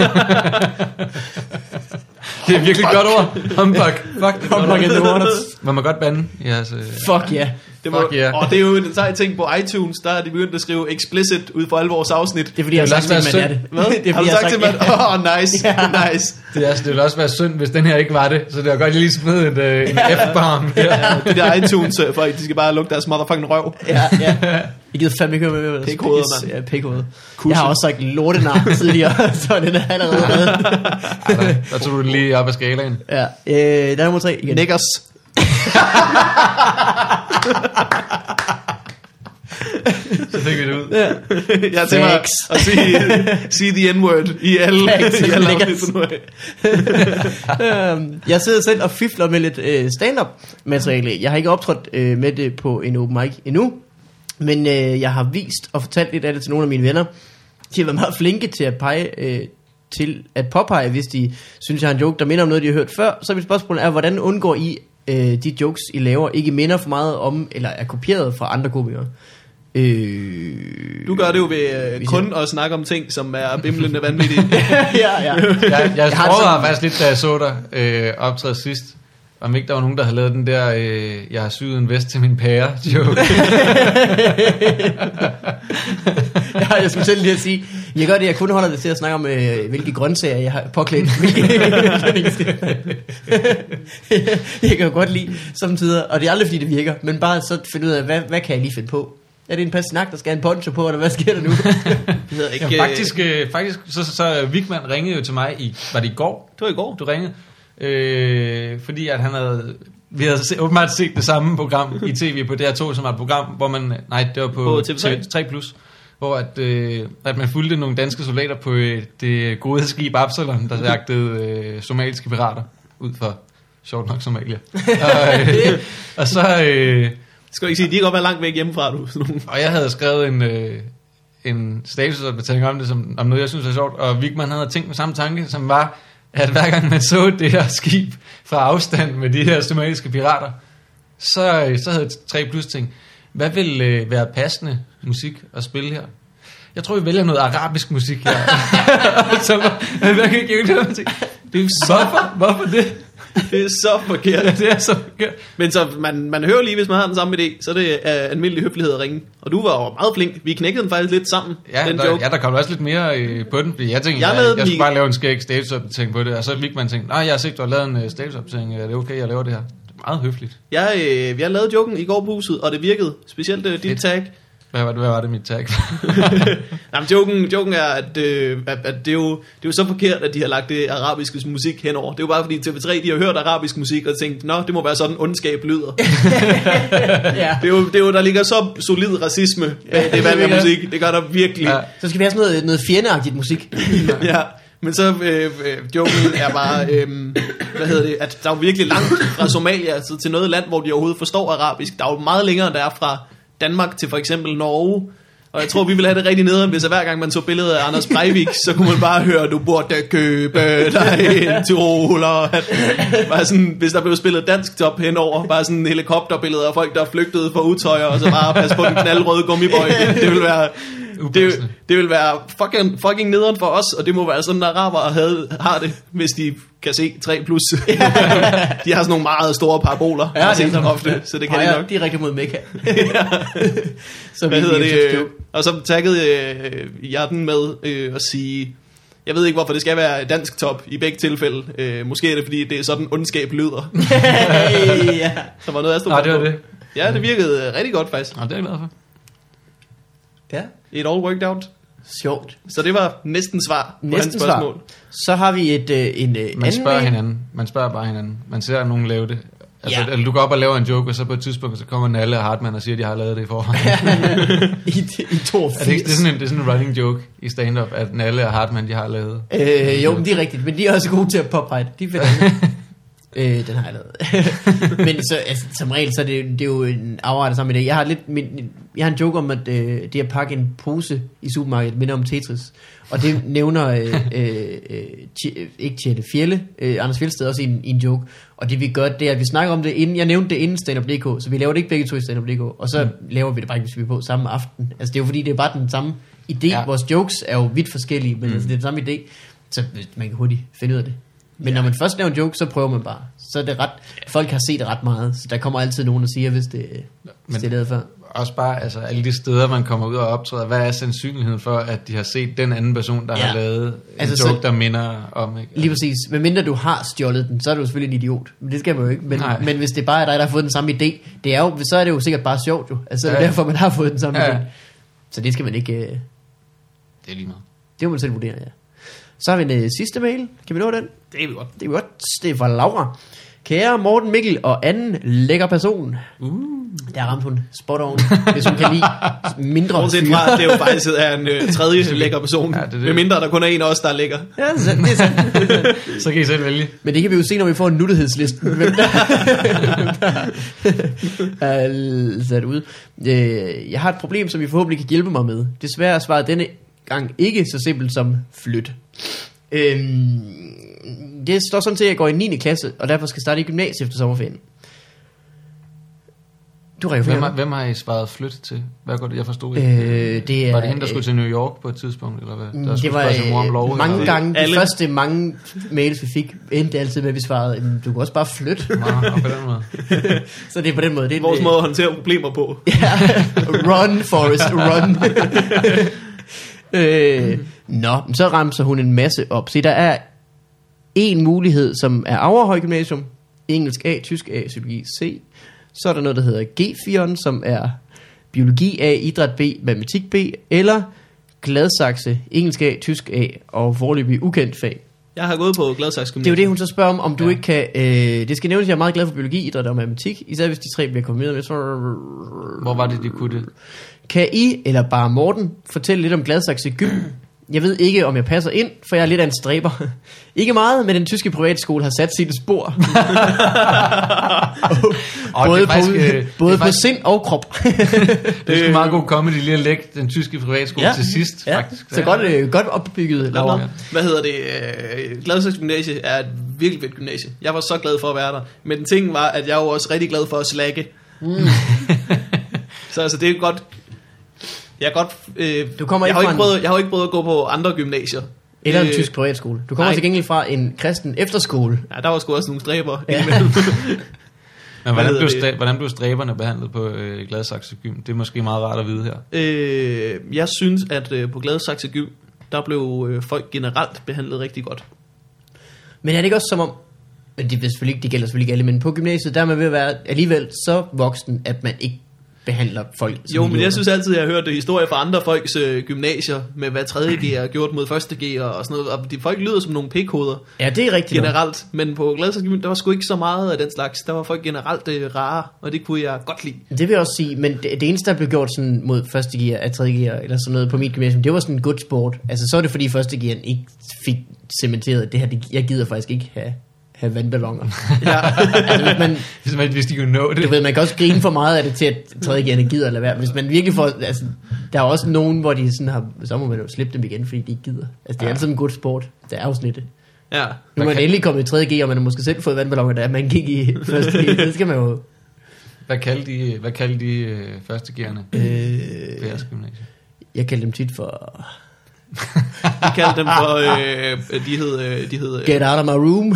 S2: Det er virkelig et godt ord. Humbug. Fuck, det er et godt
S1: Humbug in the
S2: ord.
S1: Waters.
S2: Må man godt bande? Yes, øh.
S1: Fuck ja. Yeah.
S3: Det må,
S2: Fuck yeah.
S3: Og det er jo en sej ting på iTunes, der er de begyndt at skrive explicit ud for alle vores afsnit.
S1: Det er fordi, jeg
S2: Det
S1: har
S2: vil
S1: sagt
S2: også
S1: til,
S2: være
S1: at det er det.
S3: Hvad?
S1: Det er
S3: Har
S1: fordi,
S3: du
S1: jeg har
S3: sagt til mig?
S1: ja.
S3: Åh, oh, nice,
S1: Ja.
S3: nice.
S2: Det, er, altså, det ville også være synd, hvis den her ikke var det. Så det var godt, jeg lige smed et, øh, en F-bomb. Ja.
S3: Det der iTunes, øh, folk, de skal bare lukke deres motherfucking røv.
S1: Ja, ja. Jeg gider fandme ikke høre med med
S3: Pikhoveder, mand.
S1: Ja, pikhoveder. Jeg har også sagt lortenar tidligere, så den er allerede reddet.
S2: Ej, der, der tog du den lige op ad skalaen.
S1: Ja, øh, der er nummer tre igen.
S3: Niggers.
S2: Så fik vi det ud.
S1: Ja.
S3: Jeg har tænkt mig
S1: Facts.
S3: at sige, sige the N-word i alle,
S1: Facts.
S3: i alle
S1: Niggers.
S3: afsnit nu af.
S1: Øhm, jeg sidder selv og fifler med lidt øh, stand-up materiale. Jeg har ikke optrådt øh, med det på en open mic endnu, men øh, jeg har vist og fortalt lidt af det til nogle af mine venner. De har været meget flinke til at pege øh, til at påpege, hvis de synes, jeg har en joke, der minder om noget, de har hørt før. Så mit spørgsmål er, hvordan undgår I øh, de jokes, I laver, ikke minder for meget om, eller er kopieret fra andre komikere? Øh,
S3: Du gør det jo ved øh, kun at snakke om ting, som er bimlende vanvittige.
S1: ja, ja.
S2: Jeg, jeg, jeg
S1: har
S2: overvejede
S1: sådan-
S2: faktisk lidt, da jeg så dig øh, optræde sidst, om ikke der var nogen, der havde lavet den der, øh, jeg har syet en vest til min pære joke.
S1: Ja, jeg skulle selv lige at sige, jeg gør det, jeg kun holder det til at snakke om, øh, hvilke grøntsager jeg har påklædt. Jeg kan jo godt lide samtidig, og det er aldrig fordi det virker, men bare så finde ud af, hvad, hvad kan jeg lige finde på? Er det en pastinak, der skal have en poncho på, eller hvad sker der nu?
S3: Det ved jeg ikke.
S2: Ja, faktisk, øh, faktisk så, så, så Vigman ringede jo til mig i, var det i går?
S3: Det var i går.
S2: Du ringede, øh, fordi at han havde, vi havde se, åbenbart set det samme program i tv på D R to, som var et program, hvor man, nej, det var på,
S3: På T V tre.
S2: T V tre plus, hvor at, øh, at man fulgte nogle danske soldater på øh, det gode skib Absalon, der jagtede øh, somaliske pirater ud for, sjovt nok, Somalia. og, øh, og så... Øh,
S3: Skal du ikke sige, de kan godt være langt væk hjemmefra, du. Sådan nogle.
S2: Og jeg havde skrevet en, øh, en statusopdatering om det, som, om noget, jeg synes er sjovt. Og Vigman havde tænkt med samme tanke, som var, at hver gang man så det her skib fra afstand med de her somaliske pirater, så, øh, så havde tre plus tænkt, hvad vil øh, være passende musik at spille her? Jeg tror, vi vælger noget arabisk musik her. så hvad kan jeg give det? Det er jo så, hvorfor? Hvorfor det?
S3: Det er så forkert.
S2: Ja, det er så forkert.
S3: Men så man, man hører lige, hvis man har den samme idé, så er det uh, almindelig høflighed at ringe. Og du var jo meget flink. Vi knækkede den faktisk lidt sammen,
S2: Ja,
S3: den
S2: der,
S3: joke.
S2: ja, der kom også lidt mere øh, på den, fordi jeg tænkte,
S3: Jeg
S2: jeg,
S3: lavede
S2: jeg, jeg
S3: den
S2: skulle
S3: i-
S2: bare lave en skæg statusopdatering på det, og så fik man tænkt, nej, jeg har set, du har lavet en uh, statusopdatering, er det okay, jeg laver det her? Det er meget høfligt.
S3: Jeg, øh, jeg lavede joken i går på huset, og det virkede. Specielt øh, dit
S2: Fedt.
S3: tag.
S2: Hvad var det, hvad var det mit tag?
S3: Nej, men joken, joken er, at, øh, at, at det, er jo, det er jo så forkert, at de har lagt det arabiske musik henover. Det er jo bare fordi T V tre, de har hørt arabisk musik og tænkt, nå, det må være sådan ondskab lyder.
S1: Ja.
S3: Det er, jo, det er jo, der ligger så solid racisme bag det valg af musik. Det gør der virkelig.
S2: Ja.
S3: Ja.
S1: Så skal vi have sådan noget, noget fjendeagtigt musik.
S3: Ja. Men så øh, øh, joken er bare, øh, hvad hedder det, at der er jo virkelig langt fra Somalia altså, til noget land, hvor de overhovedet forstår arabisk. Der er jo meget længere, end der er fra Danmark til for eksempel Norge. Og jeg tror, vi ville have det rigtig nederen, hvis hver gang man så billedet af Anders Breivik, så kunne man bare høre, du burde købe dig en tyroler. Bare sådan, hvis der blev spillet dansk top henover, bare sådan en helikopterbillede af folk, der flygtede fra utøjer, og så bare passe på den knaldrøde gummibøj. Det ville være... Det, det vil være fucking, fucking nederen for os, og det må være sådan, at arabere havde, har det, hvis de kan se tre plus. De har sådan nogle meget store paraboler,
S1: Ja,
S3: ja,
S1: det er
S3: ofte, så det kan de
S1: Peger
S3: nok.
S1: direkte mod Mekka. Så
S3: Hvad
S1: vi
S3: hedder
S1: kan
S3: det?
S1: jo
S3: Øh, og så taggede øh, jeg den med øh, at sige, jeg ved ikke, hvorfor det skal være dansk top i begge tilfælde. Øh, måske er det, fordi det er sådan, ondskab lyder.
S1: ja.
S3: Så var noget, jeg stod
S2: Nej,
S3: på.
S2: det var det.
S3: Ja, det virkede øh, rigtig godt faktisk.
S2: Nå, det er jeg glad for.
S1: Ja,
S3: It all worked out.
S1: sjovt.
S3: Så det var næsten svar på
S1: Næsten
S3: hans spørgsmål.
S1: Så har vi et, øh, en øh,
S2: Man
S1: anden
S2: spørger
S1: mail.
S2: hinanden. Man spørger bare hinanden. Man ser nogen lave det. Altså,
S1: Ja.
S2: ja. Eller du går op og laver en joke, og så på et tidspunkt, så kommer Nalle og Hartmann og siger, at de har lavet det i forvejen.
S1: I, i toogfirs.
S2: Er det, ikke, det, er sådan en, det er sådan en running joke i stand-up, at Nalle og Hartmann, de har lavet.
S1: Øh, jo, men det er rigtigt, men de er også gode til at påpege det. De er fedt. øh, den har jeg lavet. Men så, altså, som regel, så er det, det er jo en afrettet sammen med det. Jeg har, lidt, min, jeg har en joke om, at øh, det at pakke en pose i supermarkedet minder om Tetris. Og det nævner, øh, øh, øh, ikke Tjelle Fjelle, øh, Anders Fjeldsted også i en, i en joke. Og det vi gør, det er, at vi snakker om det inden, jeg nævnte det inden stand-up punktum d k, så vi laver det ikke begge to i stand-up punktum d k, og så mm. laver vi det bare ikke, hvis vi er på samme aften. Altså det er jo fordi, det er bare den samme idé. Ja.
S2: Ja.
S1: Vores jokes er jo vidt forskellige, men mm. altså, det er den samme idé, så man kan hurtigt finde ud af det. Men ja. Når man først laver en joke, så prøver man bare. Så er det ret, folk har set det ret meget, så der kommer altid nogen, der siger, hvis det, hvis
S2: Men-
S1: det er lavet før.
S2: Også bare altså, alle de steder, man kommer ud og optræder. Hvad er sandsynligheden for, at de har set den anden person, der
S1: Ja.
S2: ja. har lavet en
S1: Altså,
S2: joke,
S1: så-
S2: der minder om? Ikke?
S1: Lige præcis. Men mindre du har stjålet den, så er du selvfølgelig en idiot. Men det skal man jo ikke. Men,
S2: Nej.
S1: men hvis det bare er dig, der har fået den samme idé, det er jo, så er det jo sikkert bare sjovt jo. Altså det er
S2: Ja.
S1: derfor, man har fået den samme
S2: Ja.
S1: idé. Så det skal man ikke... øh,
S2: Det er lige meget.
S1: Det må man selv vurdere, ja. Så har vi en øh, sidste mail. Kan vi nå den?
S3: Det er vi godt.
S1: Det er godt. Det er fra Laura. Kære Morten Mikkel og anden lækker person.
S2: Uh.
S1: Der ramte hun spot on, hvis hun kan lide mindre
S3: Bortset
S1: fyre.
S3: fra, at det jo faktisk er en øh, tredje lækker person.
S2: Ja, det er det.
S3: Med mindre der kun er en af os, der er lækker.
S1: Ja, det er sandt, det er sandt.
S2: Så kan I selv vælge.
S1: Men det kan vi jo se, når vi får en nuttighedsliste. Hvem der er sat ud. Øh, Jeg har et problem, som I forhåbentlig kan hjælpe mig med. Desværre er svaret denne gang ikke så simpelt som flyt. Øhm, det står sådan til, at jeg går i niende klasse, og derfor skal starte i gymnasiet efter sommerferien. Du rækker
S2: Hvem,
S1: for
S2: har, hvem har I svaret flytte til? Hvad går det, jeg forstod
S1: øh,
S2: ikke?
S1: det er,
S2: Var det hende, der skulle til New York på et tidspunkt? Eller hvad? Der
S1: det var
S2: spørge sin mor om lov,
S1: mange
S2: eller?
S1: gange, de
S3: Alle-
S1: første mange mails vi fik, endte altid med, at vi svarede, du kan også bare flytte.
S2: Nå, og på den måde.
S1: Så det er på den måde. Det er
S3: Vores
S1: det-
S3: måde at håndtere problemer på.
S1: Ja, run, Forrest, run. øh, nå, så ramser hun en masse op. Se, der er en mulighed, som er Aurehøj Gymnasium, engelsk A, tysk A, psykologi C. Så er der noget, der hedder G fire, som er biologi A, idræt B, matematik B, eller Gladsaxe, engelsk A, tysk A og foreløbig ukendt fag.
S3: Jeg har gået på Gladsaxe
S1: Det er jo
S3: Gymnasium.
S1: det, hun så spørger om, om du
S2: Ja.
S1: ikke kan... Øh, det skal nævnes, at jeg er meget glad for biologi, idræt og matematik, især hvis de tre bliver kombineret med. Så...
S2: Hvor var det, de kunne det?
S1: Kan I, eller bare Morten, fortælle lidt om Gladsaxe Gym? Jeg ved ikke, om jeg passer ind, for jeg er lidt af en stræber. Ikke meget, men den tyske privatskole har sat sine spor.
S2: Og
S1: både
S2: det er faktisk,
S1: på,
S2: øh,
S1: både
S2: det er
S1: på
S2: faktisk,
S1: sind og krop.
S2: det er sgu meget god comedy lige at lægge den tyske privatskole
S1: Ja.
S2: til sidst,
S1: Ja,
S2: faktisk.
S1: så godt, øh, godt opbygget,
S3: Nå,
S1: Laura.
S3: nå. Hvad hedder det? Øh, Gladsaxe Gymnasie er et virkelig fedt gymnasie. Jeg var så glad for at være der. Men den ting var, at jeg var også rigtig glad for at slække. Mm. Så altså, det er godt... Jeg er godt... Øh,
S1: Du kommer
S3: jeg,
S1: ikke
S3: har
S1: fra
S3: ikke
S1: en-
S3: prøvet, jeg har ikke prøvet at gå på andre gymnasier.
S1: Eller en
S3: Øh,
S1: tysk privatskole. Du kommer
S3: nej.
S1: til gengæld fra en kristen efterskole.
S3: Ja, der var sgu også nogle stræber.
S1: Ja.
S2: Men hvordan
S3: hedder
S2: blev,
S3: det?
S2: stræ, hvordan blev stræberne behandlet på øh, Gladsaxe Gym? Det er måske meget rart at vide her.
S3: øh, jeg synes, at øh, på Gladsaxe Gym, der blev øh, folk generelt behandlet rigtig godt.
S1: Men er det ikke også som om, men det, er selvfølgelig ikke, det gælder selvfølgelig ikke alle, men på gymnasiet, der er man ved at være alligevel så voksen, at man ikke behandler folk som
S3: Jo, men
S1: idioter.
S3: jeg synes altid, jeg har hørt historier fra andre folks øh, gymnasier, med hvad tredje G er gjort mod første G og sådan noget, og de folk lyder som nogle pikhoveder
S1: Ja, det er rigtigt. nok.
S3: generelt, men på Gladsaxe Gym, der var sgu ikke så meget af den slags. Der var folk generelt øh, rare, og det kunne jeg godt lide.
S1: Det vil jeg også sige, men det, det eneste, der blev gjort sådan mod første gear, af tredje gear, eller sådan noget på mit gymnasium, det var sådan en good sport. Altså, så er det fordi første gearen ikke fik cementeret, at det her, det, jeg gider faktisk ikke have, have vandballoner.
S3: Ja.
S1: Altså, hvis man,
S2: Hvis, man, hvis de kunne nå det.
S1: du ved, man kan også grine for meget af det til, at tredje gearne gider at lade være. Hvis man virkelig får, altså, der er også nogen, hvor de sådan har, så må man jo slippe dem igen, fordi de ikke gider. Altså, det er
S2: Ja.
S1: altid en god sport. Det er afsnittet.
S3: Ja.
S1: Nu er man
S2: kan-
S1: endelig kommet i tredje gear, og man har måske selv fået vandballoner, da man gik i første gear. Det skal man jo...
S2: Hvad kaldte de, hvad kaldte de øh, første gearne
S1: Øh,
S2: på jeres gymnasie?
S1: jeg kalder dem tit for...
S3: Vi kaldte dem for, øh, de hed, øh, de hed, øh,
S1: Get out of my room.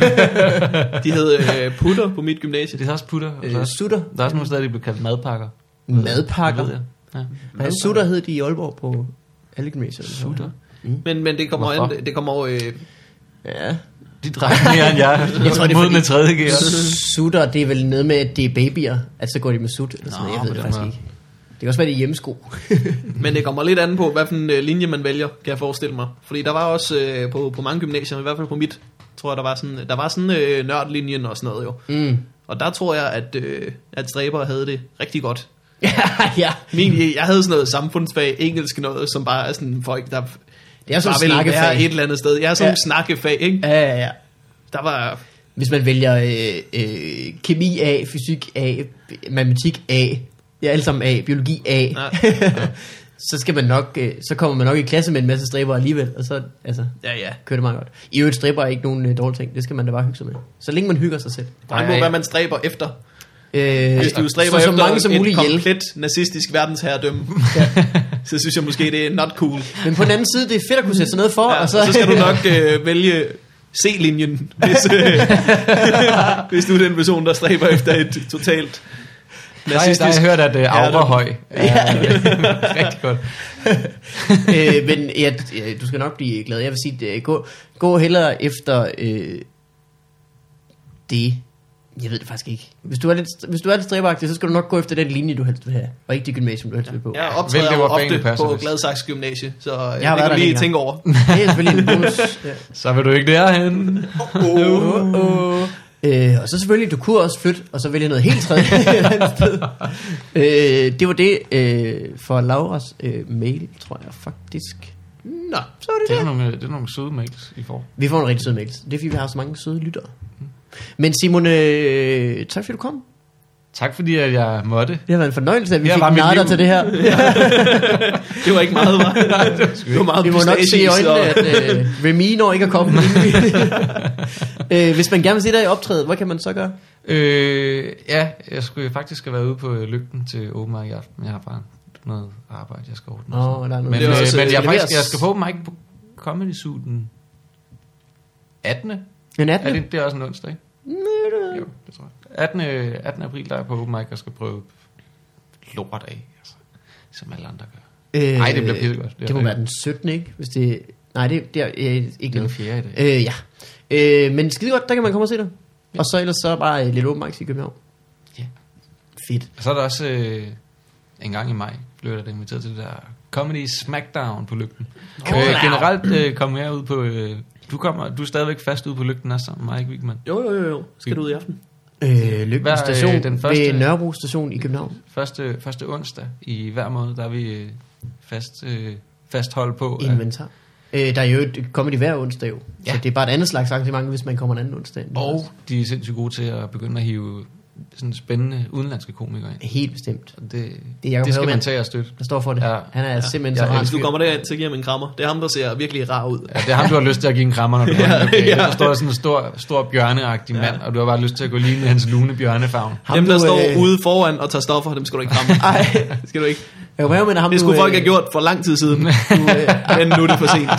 S3: de hed øh, putter på mit gymnasie.
S2: Det er også putter. og så
S1: Øh,
S2: også-
S1: sutter.
S2: Der er også nogle steder, de blev kaldt madpakker.
S1: Madpakker?
S2: Det ved jeg. Ja.
S1: Ja, sutter hed de i Aalborg på alle gymnasier.
S2: Sutter?
S3: Men, men det kommer
S2: Hvorfor?
S3: an, det kommer over, øh,
S1: Ja.
S2: De drak mere end jeg.
S1: Jeg tror, det er
S2: mod
S1: fordi-
S2: med tredje gear.
S1: Sutter, det er vel noget med, at det er babyer. At så går de med sut, eller sådan
S2: Nå,
S1: noget. Jeg ved
S2: på
S1: det
S2: den
S1: faktisk
S2: måde.
S1: ikke. Det kan også være, det er hjemmesko.
S3: men det kommer lidt an på, hvad for en øh, linje man vælger, kan jeg forestille mig. Fordi der var også øh, på, på mange gymnasier, i hvert fald på mit, tror jeg, der var sådan, der var sådan øh, nørdlinjen og sådan noget jo.
S1: Mm.
S3: Og der tror jeg, at, øh, at stræbere havde det rigtig godt.
S1: Ja.
S3: Min, jeg havde sådan noget samfundsfag, engelsk noget, som bare er sådan folk, der
S1: Det er sådan
S3: bare ville
S1: snakkefag.
S3: være et eller andet sted. Jeg er sådan
S1: Ja.
S3: ja. snakkefag, ikke?
S1: Ja, ja, ja.
S3: Der var...
S1: Hvis man vælger øh, øh, kemi A, fysik A, matematik A, ja, alle sammen A, biologi A,
S3: Ja.
S1: så skal man nok, øh, så kommer man nok i klasse med en masse stræber alligevel, og så altså,
S3: Ja, ja.
S1: kører det meget godt. I øvrigt stræber er ikke nogen øh, dårlige ting, det skal man da bare hygge sig med. Så længe man hygger sig selv.
S3: Der er på, hvad man stræber efter.
S1: Øh,
S3: Hvis du stræber
S1: så, så
S3: efter
S1: mange som
S3: et
S1: muligt ihjel.
S3: komplet nazistisk verdensherredømme, så synes jeg måske, det er not cool.
S1: Men på den anden side, det er fedt at kunne sætte sig noget for,
S3: Ja,
S1: og så,
S3: så skal du nok øh, vælge C-linjen, hvis, øh, hvis du er den person, der stræber efter et totalt
S2: Der, er- der har jeg hørt, at uh, Aurehøj er
S1: Ja.
S2: rigtig godt.
S1: øh, men ja, ja, du skal nok blive glad. Jeg vil sige, det, gå, gå hellere efter øh, det. Jeg ved det faktisk ikke. Hvis du er lidt, hvis du er lidt stræberagtig, så skal du nok gå efter den linje, du helst vil have, og ikke det gymnasium, du helst vil på.
S3: Jeg
S2: Vælg
S3: optræder
S2: det,
S3: jo
S2: hvor fagene
S3: ofte
S2: passer
S3: på
S2: bedst.
S3: Gladsaxe Gymnasie, så øh,
S1: Jeg har
S3: det
S1: været
S3: kan
S1: der
S3: du lige
S1: en
S3: tænke over.
S1: Det er selvfølgelig en bonus. Ja.
S2: Så vil du ikke derhen.
S1: Oh, oh. Øh, og så selvfølgelig, du kunne også flytte, og så vælge noget helt tredje et andet sted. Øh, det var det øh, for Lauras øh, mail, tror jeg faktisk. Nå, så var det
S2: Det
S1: det.
S2: er nogle, det er nogle søde mails, I får.
S1: Vi får en rigtig sød mail. Det er fordi, vi har så mange søde lyttere. Men Simon, øh, tak fordi du kom.
S2: Tak fordi at jeg måtte.
S1: Det har været en fornøjelse, at vi
S2: Det
S1: fik
S2: var mit
S1: narter
S2: liv.
S1: til det her.
S3: Det var ikke meget, var det var meget
S1: Vi må nok se i øjnene,
S3: og...
S1: at uh, Remy når ikke at komme. uh, hvis man gerne vil se dig i optrædet, hvad kan man så gøre?
S2: Øh, ja, jeg skulle faktisk have været ude på Lygten til Open Mic i aften, men jeg har bare noget arbejde, jeg skal ordne.
S1: Åh, der er noget.
S2: Men,
S3: Det er
S2: øh,
S3: også,
S2: men jeg,
S3: øh,
S2: er faktisk,
S1: leveres.
S2: jeg skal på Open Mic på Comedy Zoo den attende
S1: Den
S2: Er
S1: attende
S2: det, det er også en onsdag, ikke? Jo, det tror jeg. attende attende april, der er jeg på Open Mic og skal prøve lort af, altså, som alle andre gør.
S1: Øh,
S2: Nej, det bliver pissegodt.
S1: Det, det må være den syttende, ikke? Hvis det... Nej, det, det er øh, ikke
S2: Det er den
S1: noget.
S2: fjerde i dag.
S1: Øh, ja. Øh, men skide godt, der kan man komme og se dig. Ja. Og så ellers så bare øh, lidt open mics i København.
S2: Ja.
S1: Fedt.
S2: Og så er der også øh, en gang i maj, blev jeg da inviteret til det der Comedy Smackdown på Lygten.
S1: Cool.
S2: Øh, generelt øh, kommer jeg ud på... Øh, du, kommer, du er stadigvæk fast ude på Lygten også sammen med mig, ikke Vigman?
S3: Jo, jo, jo, jo. Skal du ud i aften?
S1: Øh, Lygten
S2: Hvad er, øh,
S1: station
S2: den første-
S1: ved Nørrebro station i København.
S2: Første, første onsdag i hver måned, der er vi øh, fast, øh, fast hold på. øh,
S1: Inventar. Øh, der er jo et comedy hver onsdag jo.
S2: Ja.
S1: Så det er bare et andet slags arrangement, hvis man kommer en anden onsdag. end det
S2: Og
S1: første.
S2: de er sindssygt gode til at begynde at hive sådan spændende udenlandske komikere ind.
S1: Helt bestemt.
S2: Og det,
S1: Det er
S2: det,
S1: Jacob
S2: det skal
S1: Havemann,
S2: man tage og støtte.
S1: der står for det.
S2: Ja.
S1: Han er
S2: Ja.
S1: simpelthen
S2: Ja,
S1: så
S2: ja,
S1: rar.
S3: Hvis du
S1: fyr.
S3: kommer derind, så giver jeg ham en krammer. Det er ham, der ser virkelig rar ud.
S2: Ja, det er ham, du har lyst til at give en krammer, når du
S3: Ja,
S2: ja, okay.
S3: ja.
S2: Der står sådan en stor, stor bjørneagtig
S3: Ja.
S2: mand, og du har bare lyst til at gå lige med hans lune bjørnefavn.
S1: Ham,
S3: Dem, der
S1: du,
S3: står
S1: øh,
S3: ude foran og tager stoffer, dem skal du ikke kramme.
S1: Ej,
S3: Det skal du ikke.
S1: Jacob Havemann er ham,
S3: Det
S1: du,
S3: skulle folk
S1: øh,
S3: have gjort for lang tid siden.
S1: Du, øh,
S3: Men nu er det for sent.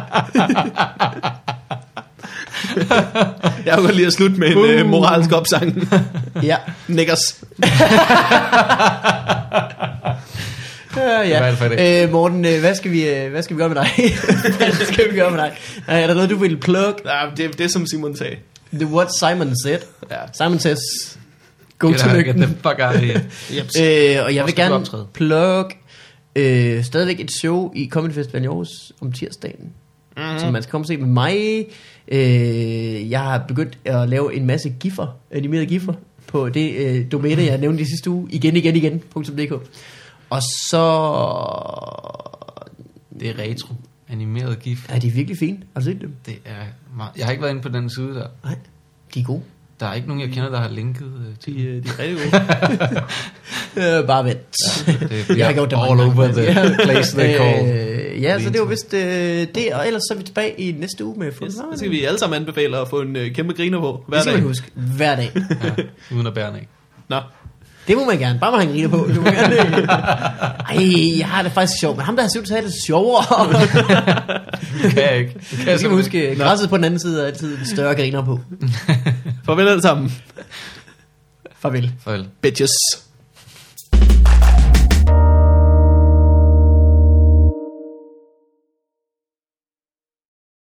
S3: Jeg vil godt lige at slutte med en
S1: Uh.
S3: uh. moralsk opsang.
S1: ja.
S3: Niggers.
S1: Ja,
S2: Hvad er det for
S1: ja. Øh, Morten, øh, hvad skal vi, øh, hvad skal vi gøre med dig? hvad skal vi gøre med dig? Nej, er der noget, du vil plug?
S3: Ja, det er det, som Simon sagde.
S1: The what Simon said.
S3: Ja.
S1: Simon says, go
S2: Get
S1: to
S2: the-
S1: Lygten.
S2: get the fuck out of here.
S3: Jeps.
S1: Øh, og jeg
S2: Hvor
S1: vil
S2: skal du
S1: gerne
S2: optræde?
S1: plug øh, stadigvæk et show i Comedy Festival i Aarhus om tirsdagen, mm-hmm. som man skal komme og se med mig. Øh, jeg har begyndt at lave en masse giffer, animerede giffer, på det øh, domæne, jeg nævnte i sidste uge, igen, igen, igen, .dk. Og så
S2: Det er retro. Animeret gif.
S1: er de virkelig fine. Har du set dem?
S2: Det er meget. Jeg har ikke været inde på den side der.
S1: Nej, de er gode.
S2: Der er ikke nogen, jeg kender, der har linket øh, til.
S3: De, øh, de er rigtig gode.
S1: Øh, bare vent.
S2: Det
S1: Jeg har gjort det
S2: all
S1: mange
S2: over
S1: gange.
S2: the place they call.
S1: Øh, ja, så det var vist øh, det, og ellers så er vi tilbage i næste uge med
S3: Yes,
S1: Fun.
S3: det skal vi alle sammen anbefale at få en øh, kæmpe griner på hver
S1: Det skal
S3: dag.
S1: man huske. Hver dag.
S2: Ja, uden at bære den af.
S3: Nå.
S1: Det må man gerne. Bare man har en griner på. Det må man gerne. Ej, jeg har det faktisk sjovt. Men ham der har simpelthen det sjovere.
S2: Det kan jeg ikke. Det kan
S1: Jeg
S2: jeg
S1: skal man huske, græsset på den anden side er altid en større griner på.
S3: Farvel alle sammen.
S1: Farvel.
S2: Farvel.
S3: Bitches.